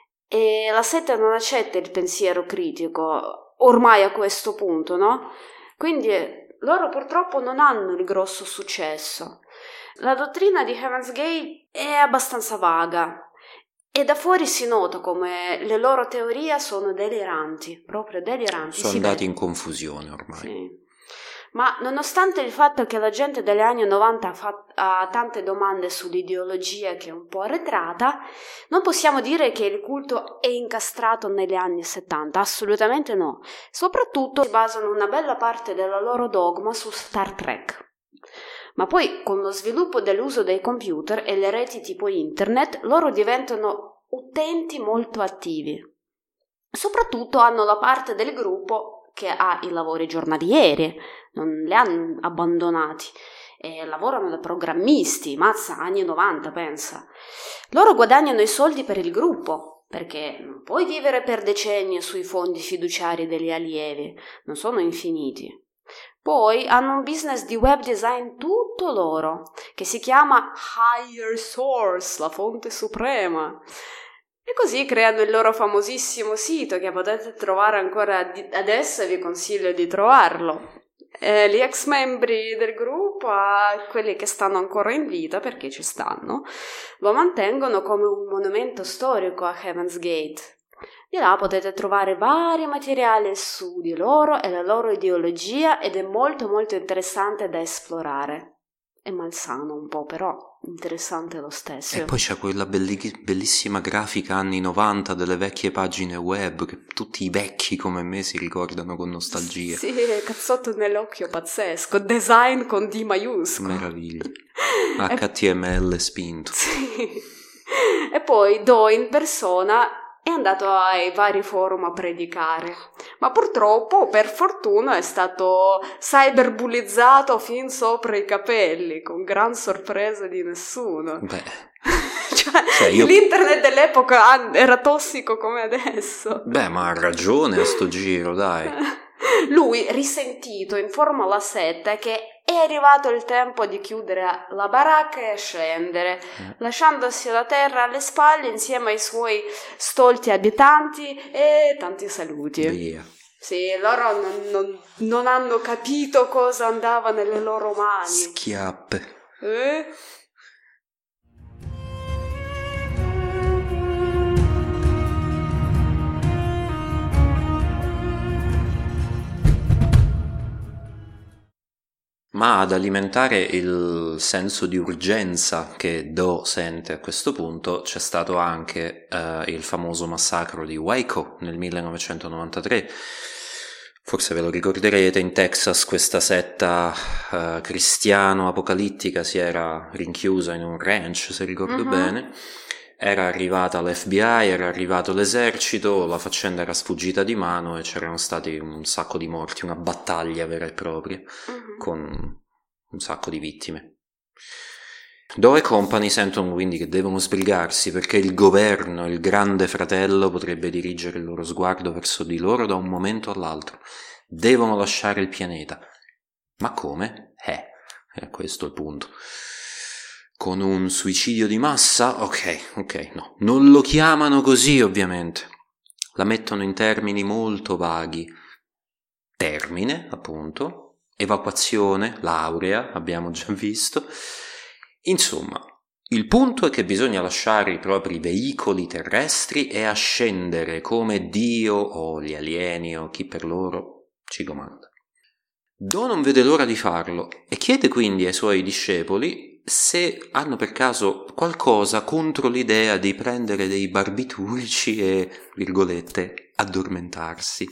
e la setta non accetta il pensiero critico, ormai a questo punto, no? Quindi loro purtroppo non hanno il grosso successo. La dottrina di Heaven's Gate è abbastanza vaga e da fuori si nota come le loro teorie sono deliranti, proprio deliranti. Sono andati in confusione ormai. Sì. Ma nonostante il fatto che la gente degli anni novanta fa, ha tante domande sull'ideologia che è un po' arretrata, non possiamo dire che il culto è incastrato negli anni settanta, assolutamente no. Soprattutto si basano una bella parte della loro dogma su Star Trek. Ma poi con lo sviluppo dell'uso dei computer e le reti tipo internet, loro diventano utenti molto attivi. Soprattutto hanno la parte del gruppo che ha i lavori giornalieri, non li hanno abbandonati, e lavorano da programmisti, mazza, anni novanta, pensa. Loro guadagnano i soldi per il gruppo, perché non puoi vivere per decenni sui fondi fiduciari degli allievi, non sono infiniti. Poi hanno un business di web design tutto loro, che si chiama Higher Source, la fonte suprema. E così creano il loro famosissimo sito che potete trovare ancora adesso e vi consiglio di trovarlo. Eh, gli ex membri del gruppo, eh, quelli che stanno ancora in vita, perché ci stanno, lo mantengono come un monumento storico a Heaven's Gate. Di là potete trovare vari materiali su di loro e la loro ideologia ed è molto molto interessante da esplorare. È malsano un po', però interessante lo stesso. E poi c'è quella belli- bellissima grafica anni novanta delle vecchie pagine web che tutti i vecchi come me si ricordano con nostalgia. Sì, cazzotto nell'occhio pazzesco, design con D maiuscolo. Meraviglia. H T M L spinto. Sì. E poi Do in persona è andato ai vari forum a predicare, ma purtroppo, per fortuna, è stato cyberbullizzato fin sopra i capelli, con gran sorpresa di nessuno. Beh, cioè, cioè io... l'internet dell'epoca era tossico come adesso. Beh, ma ha ragione a sto giro, dai. Lui, risentito, informa la setta che è arrivato il tempo di chiudere la baracca e scendere, eh. lasciandosi la terra alle spalle insieme ai suoi stolti abitanti e tanti saluti. Via. Sì, loro non, non, non hanno capito cosa andava nelle loro mani. Schiappe. Eh? Ma ad alimentare il senso di urgenza che Do sente a questo punto c'è stato anche uh, il famoso massacro di Waco nel millenovecentonovantatré. Forse ve lo ricorderete, in Texas questa setta uh, cristiano-apocalittica si era rinchiusa in un ranch, se ricordo uh-huh. bene. Era arrivata l'F B I, era arrivato l'esercito, la faccenda era sfuggita di mano e c'erano stati un sacco di morti, una battaglia vera e propria, uh-huh. con un sacco di vittime. Do e company sentono quindi che devono sbrigarsi perché il governo, il grande fratello, potrebbe dirigere il loro sguardo verso di loro da un momento all'altro. Devono lasciare il pianeta. Ma come? Eh, è questo il punto. Con un suicidio di massa? Ok, ok, no. Non lo chiamano così, ovviamente. La mettono in termini molto vaghi. Termine, appunto. Evacuazione, laurea, abbiamo già visto. Insomma, Il punto è che bisogna lasciare i propri veicoli terrestri e ascendere come Dio o gli alieni o chi per loro ci comanda. Do non vede l'ora di farlo e chiede quindi ai suoi discepoli se hanno per caso qualcosa contro l'idea di prendere dei barbiturici e, virgolette, addormentarsi.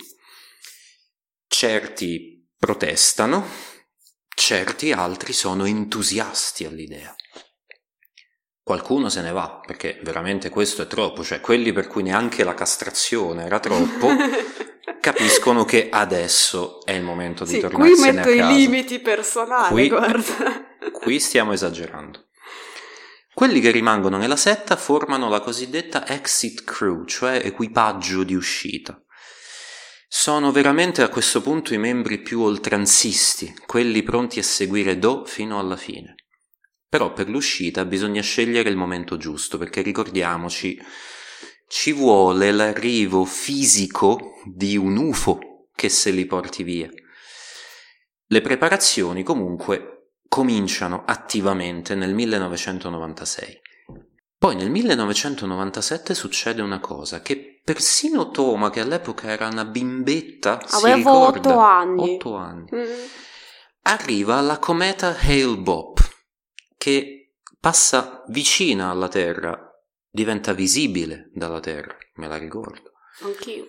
Certi protestano, certi altri sono entusiasti all'idea. Qualcuno se ne va, perché veramente questo è troppo, cioè quelli per cui neanche la castrazione era troppo, capiscono che adesso è il momento di sì, tornarsene a casa. Qui metto i limiti personali, qui, guarda. Qui stiamo esagerando. Quelli che rimangono nella setta formano la cosiddetta exit crew, cioè equipaggio di uscita. Sono veramente a questo punto i membri più oltranzisti, quelli pronti a seguire Do fino alla fine. Però per l'uscita bisogna scegliere il momento giusto, perché ricordiamoci, ci vuole l'arrivo fisico di un U F O che se li porti via. Le preparazioni comunque cominciano attivamente nel millenovecentonovantasei. Poi nel millenovecentonovantasette succede una cosa che persino Toma, che all'epoca era una bimbetta, avevo si ricorda, otto anni, otto anni mm. arriva la cometa Hale-Bopp, che passa vicina alla Terra, diventa visibile dalla Terra, me la ricordo. Anch'io.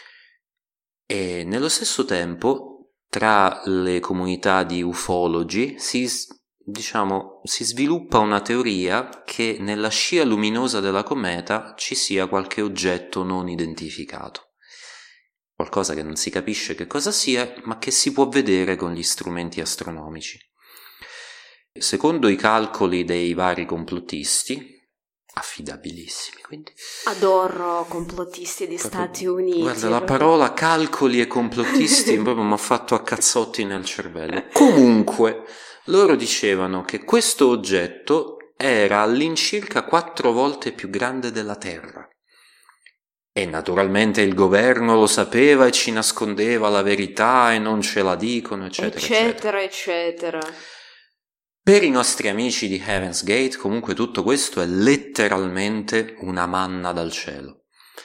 E nello stesso tempo, tra le comunità di ufologi si, diciamo, si sviluppa una teoria che nella scia luminosa della cometa ci sia qualche oggetto non identificato. Qualcosa che non si capisce che cosa sia, ma che si può vedere con gli strumenti astronomici. Secondo i calcoli dei vari complottisti, affidabilissimi, quindi adoro complottisti di proprio, Stati Uniti. Guarda, la parola calcoli e complottisti proprio mi ha fatto a cazzotti nel cervello. Comunque, loro dicevano che questo oggetto era all'incirca quattro volte più grande della Terra. E naturalmente il governo lo sapeva e ci nascondeva la verità e non ce la dicono, eccetera, eccetera, eccetera. eccetera. Per i nostri amici di Heaven's Gate, comunque tutto questo è letteralmente una manna dal cielo.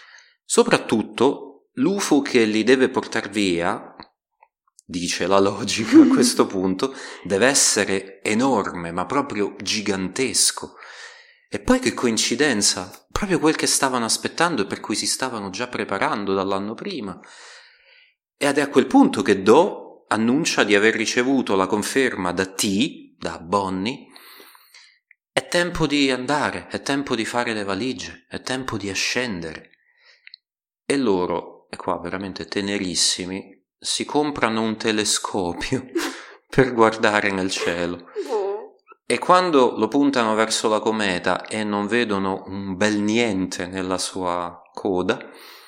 Soprattutto l'U F O che li deve portar via, dice la logica a questo punto, deve essere enorme, ma proprio gigantesco. E poi che coincidenza, proprio quel che stavano aspettando e per cui si stavano già preparando dall'anno prima. Ed è a quel punto che Do annuncia di aver ricevuto la conferma da T, da Bonnie. È tempo di andare, è tempo di fare le valigie, è tempo di ascendere. E loro, e qua veramente tenerissimi, si comprano un telescopio per guardare nel cielo. E quando lo puntano verso la cometa e non vedono un bel niente nella sua coda,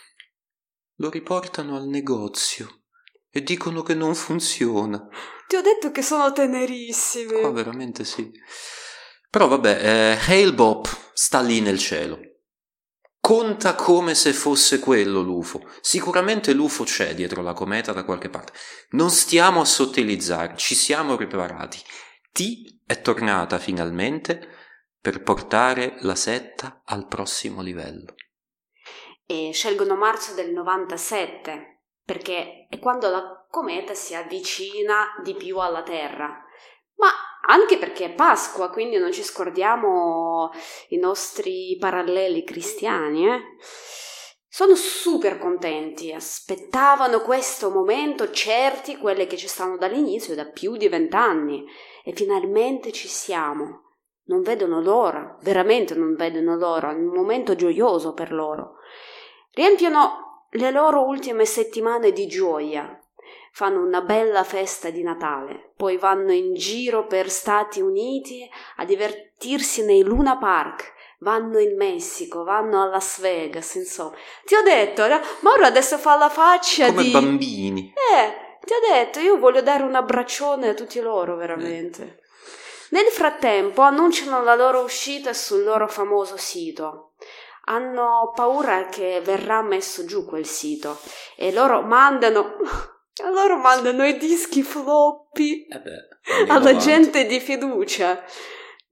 lo riportano al negozio e dicono che non funziona. Ti ho detto che sono tenerissime. Qua veramente sì. Però vabbè, eh, Hale-Bopp sta lì nel cielo. Conta come se fosse quello l'U F O. Sicuramente l'U F O c'è dietro la cometa da qualche parte. Non stiamo a sottilizzare, ci siamo preparati. T è tornata finalmente per portare la setta al prossimo livello. E scelgono marzo del novantasette, perché è quando la cometa si avvicina di più alla Terra. Ma anche perché è Pasqua, quindi non ci scordiamo i nostri paralleli cristiani, eh? Sono super contenti, aspettavano questo momento, certi, quelle che ci stanno dall'inizio, da più di vent'anni, e finalmente ci siamo. Non vedono l'ora, veramente non vedono l'ora, è un momento gioioso per loro. Riempiono le loro ultime settimane di gioia, fanno una bella festa di Natale, poi vanno in giro per Stati Uniti a divertirsi nei Luna Park, vanno in Messico, vanno a Las Vegas, insomma. Ti ho detto, ma ora adesso fa la faccia come di... Come bambini. Eh, ti ho detto, io voglio dare un abbraccione a tutti loro, veramente. Eh. Nel frattempo annunciano la loro uscita sul loro famoso sito. Hanno paura che verrà messo giù quel sito e loro mandano... Loro mandano i dischi floppy eh beh, alla gente di fiducia.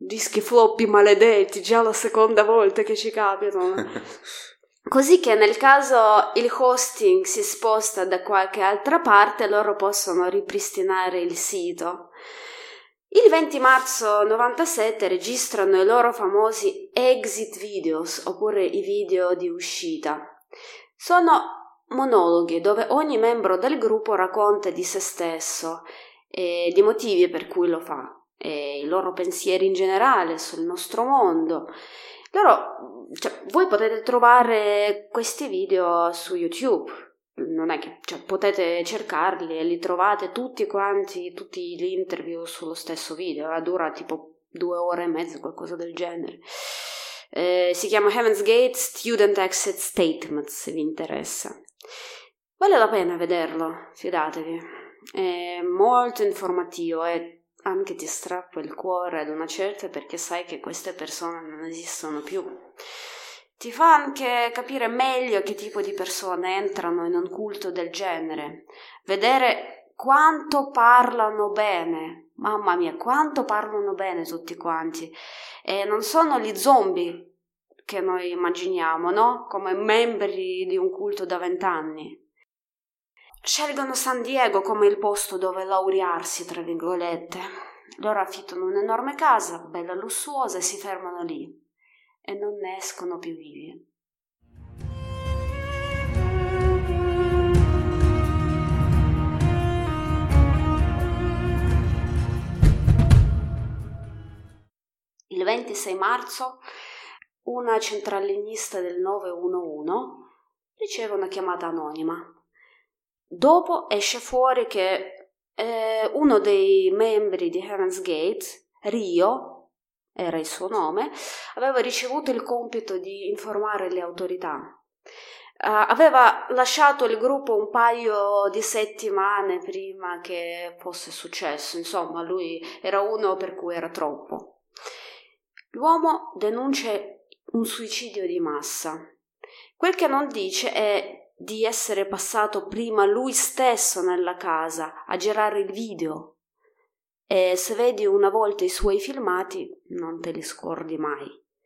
dischi floppy maledetti, già la seconda volta che ci capitano. Così che nel caso il hosting si sposta da qualche altra parte, loro possono ripristinare il sito. Il venti marzo novantasette registrano i loro famosi exit videos, oppure i video di uscita. Sono monologhi dove ogni membro del gruppo racconta di se stesso e di motivi per cui lo fa, e i loro pensieri in generale sul nostro mondo. Loro, cioè, voi potete trovare questi video su YouTube. Non è che cioè, potete cercarli e li trovate tutti quanti, tutti gli interview sullo stesso video, dura tipo due ore e mezza, qualcosa del genere. Eh, si chiama Heaven's Gate Student Exit Statement, se vi interessa. Vale la pena vederlo, fidatevi, è molto informativo e anche ti strappa il cuore ad una certa, perché sai che queste persone non esistono più. Ti fa anche capire meglio che tipo di persone entrano in un culto del genere. Vedere quanto parlano bene. Mamma mia, quanto parlano bene tutti quanti. E non sono gli zombie che noi immaginiamo, no? Come membri di un culto da vent'anni. Scelgono San Diego come il posto dove laurearsi, tra virgolette. Loro affittano un'enorme casa, bella lussuosa, e si fermano lì. E non ne escono più vivi. Il ventisei marzo una centralinista del nove uno uno riceve una chiamata anonima. Dopo esce fuori che eh, uno dei membri di Heaven's Gate, Rio, era il suo nome, aveva ricevuto il compito di informare le autorità. Uh, aveva lasciato il gruppo un paio di settimane prima che fosse successo, insomma lui era uno per cui era troppo. L'uomo denuncia un suicidio di massa. Quel che non dice è di essere passato prima lui stesso nella casa a girare il video. E se vedi una volta i suoi filmati non te li scordi mai.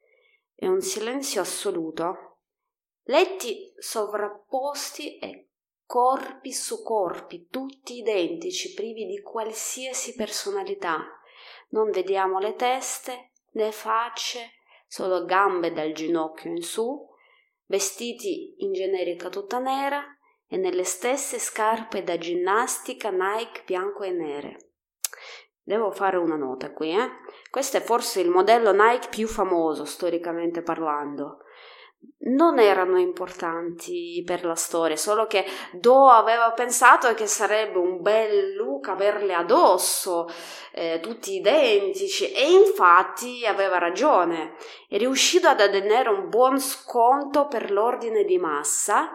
È un silenzio assoluto, letti sovrapposti e corpi su corpi, tutti identici, privi di qualsiasi personalità. Non vediamo le teste né facce, solo gambe dal ginocchio in su, vestiti in generica tutta nera e nelle stesse scarpe da ginnastica Nike bianco e nere. Devo fare una nota qui, eh? Questo è forse il modello Nike più famoso, storicamente parlando. Non erano importanti per la storia, solo che Doe aveva pensato che sarebbe un bel look averle addosso, eh, tutti identici, e infatti aveva ragione. È riuscito ad ottenere un buon sconto per l'ordine di massa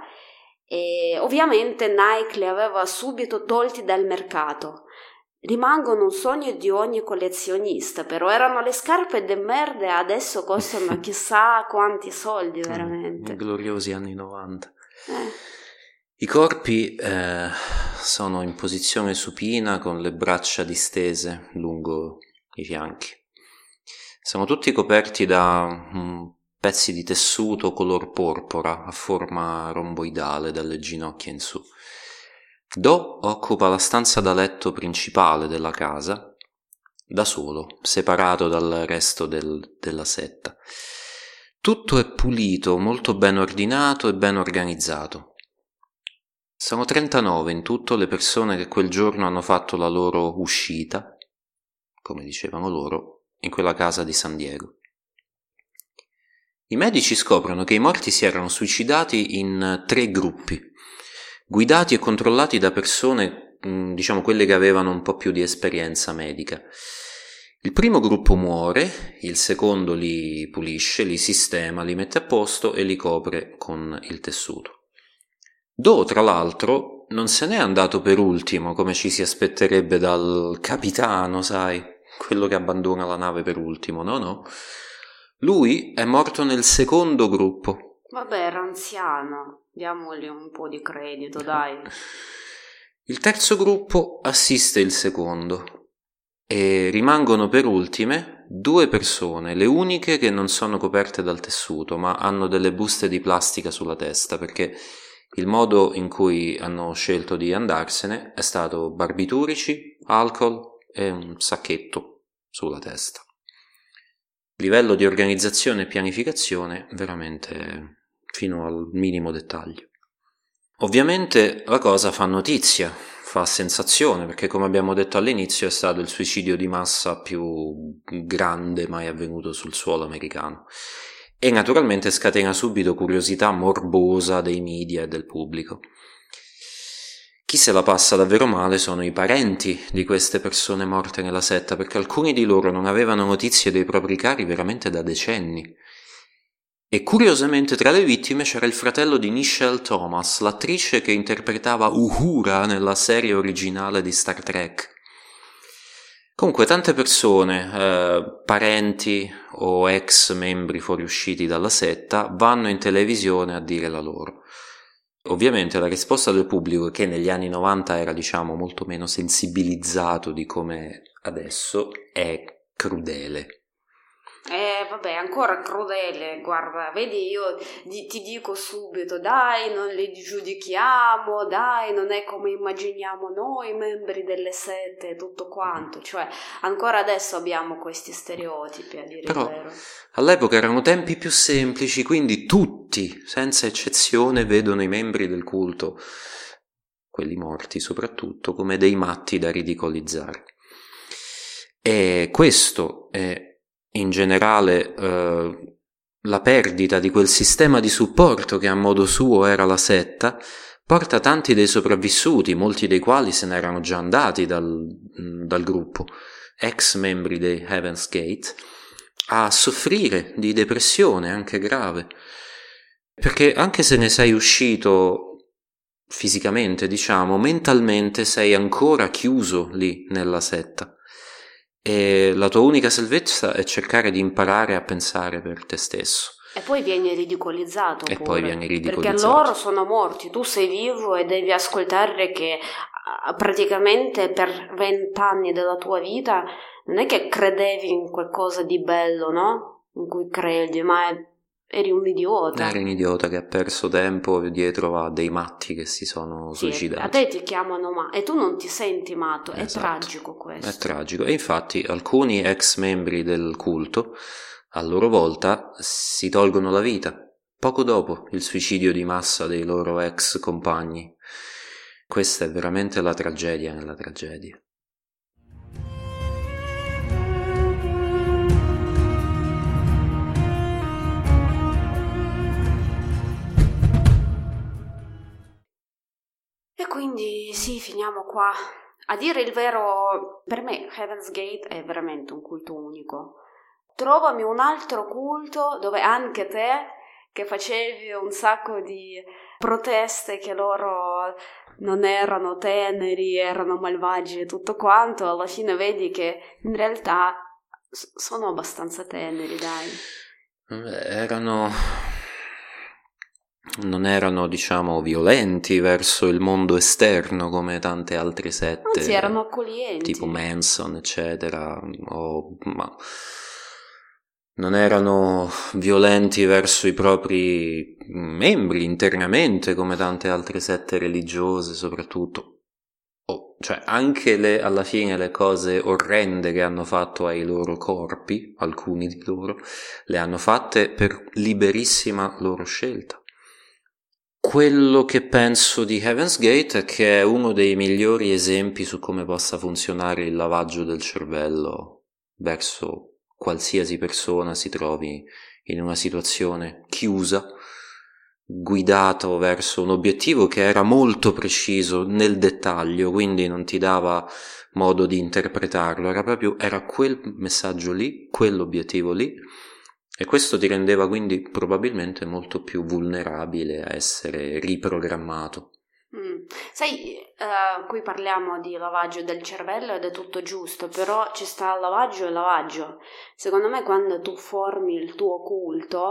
e ovviamente Nike li aveva subito tolti dal mercato. Rimangono un sogno di ogni collezionista, però erano le scarpe de merda e adesso costano chissà quanti soldi veramente. I gloriosi anni novanta. Eh. I corpi eh, sono in posizione supina con le braccia distese lungo i fianchi. Sono tutti coperti da um, pezzi di tessuto color porpora a forma romboidale dalle ginocchia in su. Doe occupa la stanza da letto principale della casa, da solo, separato dal resto del, della setta. Tutto è pulito, molto ben ordinato e ben organizzato. Sono trentanove in tutto le persone che quel giorno hanno fatto la loro uscita, come dicevano loro, in quella casa di San Diego. I medici scoprono che i morti si erano suicidati in tre gruppi, guidati e controllati da persone, diciamo quelle che avevano un po' più di esperienza medica. Il primo gruppo muore, il secondo li pulisce, li sistema, li mette a posto e li copre con il tessuto. Doe, tra l'altro, non se n'è andato per ultimo, come ci si aspetterebbe dal capitano, sai, quello che abbandona la nave per ultimo, no, no. Lui è morto nel secondo gruppo. Vabbè, era anziano, diamogli un po' di credito, dai. Il terzo gruppo assiste il secondo e rimangono per ultime due persone, le uniche che non sono coperte dal tessuto, ma hanno delle buste di plastica sulla testa, perché il modo in cui hanno scelto di andarsene è stato barbiturici, alcol e un sacchetto sulla testa. Livello di organizzazione e pianificazione veramente fino al minimo dettaglio. Ovviamente la cosa fa notizia, fa sensazione, perché come abbiamo detto all'inizio è stato il suicidio di massa più grande mai avvenuto sul suolo americano e naturalmente scatena subito curiosità morbosa dei media e del pubblico. Chi se la passa davvero male sono i parenti di queste persone morte nella setta, perché alcuni di loro non avevano notizie dei propri cari veramente da decenni. E curiosamente tra le vittime c'era il fratello di Nichelle Thomas, l'attrice che interpretava Uhura nella serie originale di Star Trek. Comunque tante persone, eh, parenti o ex membri fuoriusciti dalla setta, vanno in televisione a dire la loro. Ovviamente la risposta del pubblico, che negli anni novanta era diciamo molto meno sensibilizzato di come adesso, è crudele. Eh, vabbè, ancora crudele, guarda, vedi, io di, ti dico subito, dai, non li giudichiamo, dai, non è come immaginiamo noi, membri delle sette e tutto quanto, cioè, ancora adesso abbiamo questi stereotipi, a dire Però, il vero. all'epoca erano tempi più semplici, quindi tutti, senza eccezione, vedono i membri del culto, quelli morti soprattutto, come dei matti da ridicolizzare. E questo è in generale eh, la perdita di quel sistema di supporto che a modo suo era la setta, porta tanti dei sopravvissuti, molti dei quali se n'erano già andati dal, dal gruppo, ex membri dei Heaven's Gate, a soffrire di depressione anche grave, perché anche se ne sei uscito fisicamente, diciamo, mentalmente sei ancora chiuso lì nella setta. E la tua unica salvezza è cercare di imparare a pensare per te stesso. E poi vieni ridicolizzato E pure, poi vieni ridicolizzato. perché loro sono morti, tu sei vivo e devi ascoltare che praticamente per vent'anni della tua vita non è che credevi in qualcosa di bello, no? In cui credi, ma è, eri un idiota. Eri un idiota che ha perso tempo dietro a dei matti che si sono Sì, suicidati. a te ti chiamano matto e tu non ti senti matto, è Esatto. tragico questo. È tragico. E infatti alcuni ex membri del culto a loro volta si tolgono la vita poco dopo il suicidio di massa dei loro ex compagni. Questa è veramente la tragedia nella tragedia. E quindi sì, finiamo qua. A dire il vero, per me Heaven's Gate è veramente un culto unico. Trovami un altro culto dove anche te, che facevi un sacco di proteste che loro non erano teneri, erano malvagi e tutto quanto, alla fine vedi che in realtà sono abbastanza teneri, dai. Erano... non erano, diciamo, violenti verso il mondo esterno come tante altre sette. Anzi, erano accoglienti. Tipo Manson, eccetera. O, ma non erano violenti verso i propri membri internamente come tante altre sette religiose, soprattutto. O, cioè, anche le, alla fine le cose orrende che hanno fatto ai loro corpi, alcuni di loro, le hanno fatte per liberissima loro scelta. Quello che penso di Heaven's Gate è che è uno dei migliori esempi su come possa funzionare il lavaggio del cervello verso qualsiasi persona si trovi in una situazione chiusa, guidato verso un obiettivo che era molto preciso nel dettaglio, quindi non ti dava modo di interpretarlo, era proprio era quel messaggio lì, quell'obiettivo lì. E questo ti rendeva quindi probabilmente molto più vulnerabile a essere riprogrammato. Mm. Sai, uh, qui parliamo di lavaggio del cervello ed è tutto giusto, però ci sta lavaggio e lavaggio. Secondo me quando tu formi il tuo culto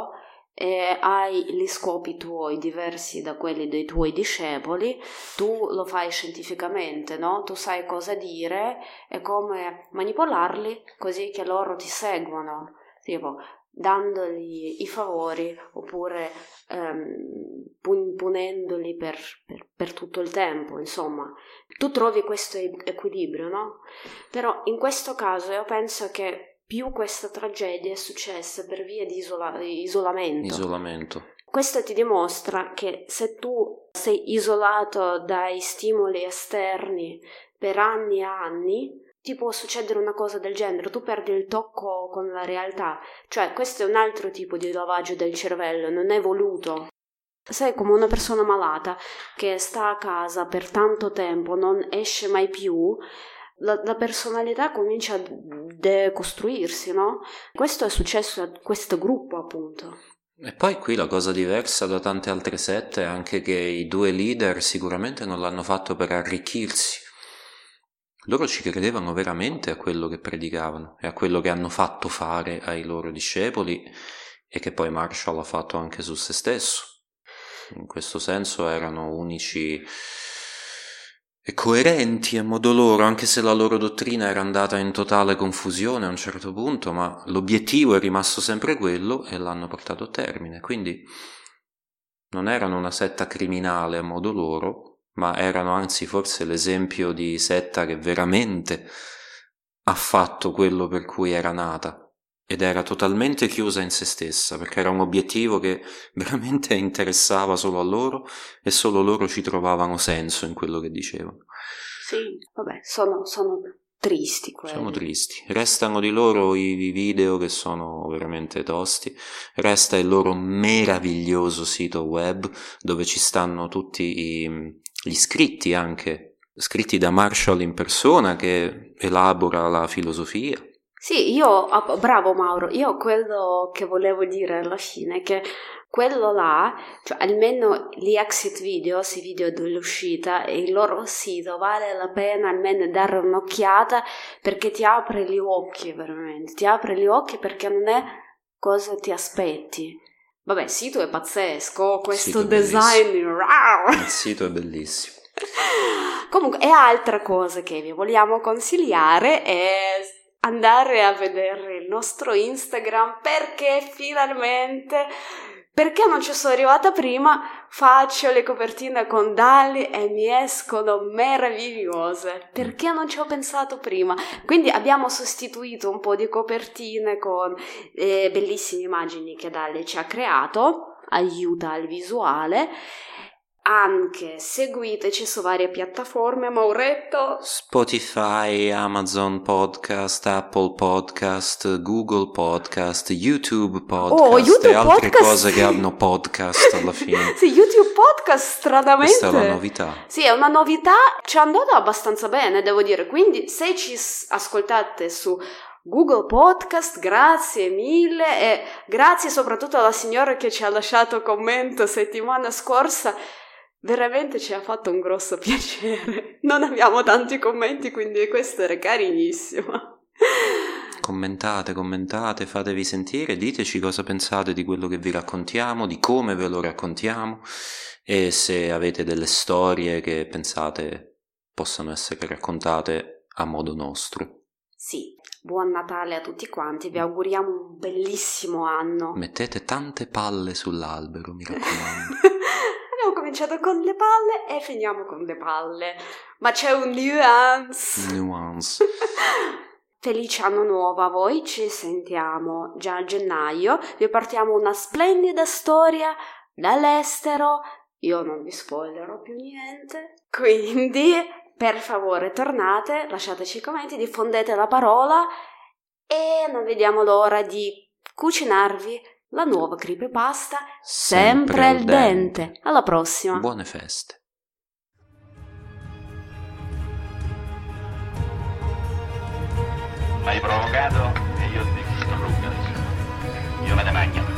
e hai gli scopi tuoi diversi da quelli dei tuoi discepoli, tu lo fai scientificamente, no? Tu sai cosa dire e come manipolarli così che loro ti seguono, tipo dandogli i favori oppure ehm, pun- punendoli per, per, per tutto il tempo, insomma. Tu trovi questo equilibrio, no? Però in questo caso io penso che più questa tragedia è successa per via di isola- isolamento. Isolamento. Questo ti dimostra che se tu sei isolato dai stimoli esterni per anni e anni, ti può succedere una cosa del genere, tu perdi il tocco con la realtà. Cioè, questo è un altro tipo di lavaggio del cervello, non è voluto. Sei come una persona malata che sta a casa per tanto tempo, non esce mai più. La, la personalità comincia a decostruirsi, no? Questo è successo a questo gruppo, appunto. E poi qui la cosa diversa da tante altre sette è anche che i due leader sicuramente non l'hanno fatto per arricchirsi. Loro ci credevano veramente a quello che predicavano e a quello che hanno fatto fare ai loro discepoli e che poi Marshall ha fatto anche su se stesso. In questo senso erano unici e coerenti a modo loro, anche se la loro dottrina era andata in totale confusione a un certo punto, ma l'obiettivo è rimasto sempre quello e l'hanno portato a termine. Quindi non erano una setta criminale a modo loro, ma erano anzi forse l'esempio di setta che veramente ha fatto quello per cui era nata. Ed era totalmente chiusa in se stessa, perché era un obiettivo che veramente interessava solo a loro e solo loro ci trovavano senso in quello che dicevano. Sì, vabbè, sono, sono tristi quelli. Sono tristi. Restano di loro i video che sono veramente tosti, resta il loro meraviglioso sito web dove ci stanno tutti i, gli scritti anche, scritti da Marshall in persona che elabora la filosofia. Sì, io, bravo Mauro, io quello che volevo dire alla fine è che quello là, cioè almeno gli exit videos, i video dell'uscita e il loro sito vale la pena almeno dare un'occhiata perché ti apre gli occhi veramente, ti apre gli occhi perché non è cosa ti aspetti. Vabbè, il sito è pazzesco, questo design, il sito è bellissimo. Comunque, e altra cosa che vi vogliamo consigliare è andare a vedere il nostro Instagram perché finalmente, perché non ci sono arrivata prima, faccio le copertine con Dali e mi escono meravigliose. Perché non ci ho pensato prima? Quindi abbiamo sostituito un po' di copertine con eh, bellissime immagini che Dali ci ha creato, aiuta al visuale. Anche seguiteci su varie piattaforme, Mauretto. Spotify, Amazon Podcast, Apple Podcast, Google Podcast, YouTube Podcast oh, YouTube e altre podcast. cose che hanno podcast alla fine. Sì, YouTube Podcast stranamente. Questa è la novità. Sì, è una novità, ci è andata abbastanza bene, devo dire. Quindi se ci ascoltate su Google Podcast, grazie mille e grazie soprattutto alla signora che ci ha lasciato commento settimana scorsa. Veramente ci ha fatto un grosso piacere. Non abbiamo tanti commenti, quindi questo era carinissimo. Commentate, commentate, fatevi sentire, diteci cosa pensate di quello che vi raccontiamo, di come ve lo raccontiamo e se avete delle storie che pensate possano essere raccontate a modo nostro. Sì, buon Natale a tutti quanti, vi auguriamo un bellissimo anno. Mettete tante palle sull'albero, mi raccomando. Abbiamo cominciato con le palle e finiamo con le palle, ma c'è un nuance. Nuance. Felice anno nuovo a voi, ci sentiamo già a gennaio, vi portiamo una splendida storia dall'estero, io non vi spoilerò più niente, quindi per favore tornate, lasciateci commenti, diffondete la parola e non vediamo l'ora di cucinarvi la nuova creepypasta sempre, sempre al dente. dente. Alla prossima. Buone feste. M'hai provocato e io ti distruggo adesso. Io me ne mangio.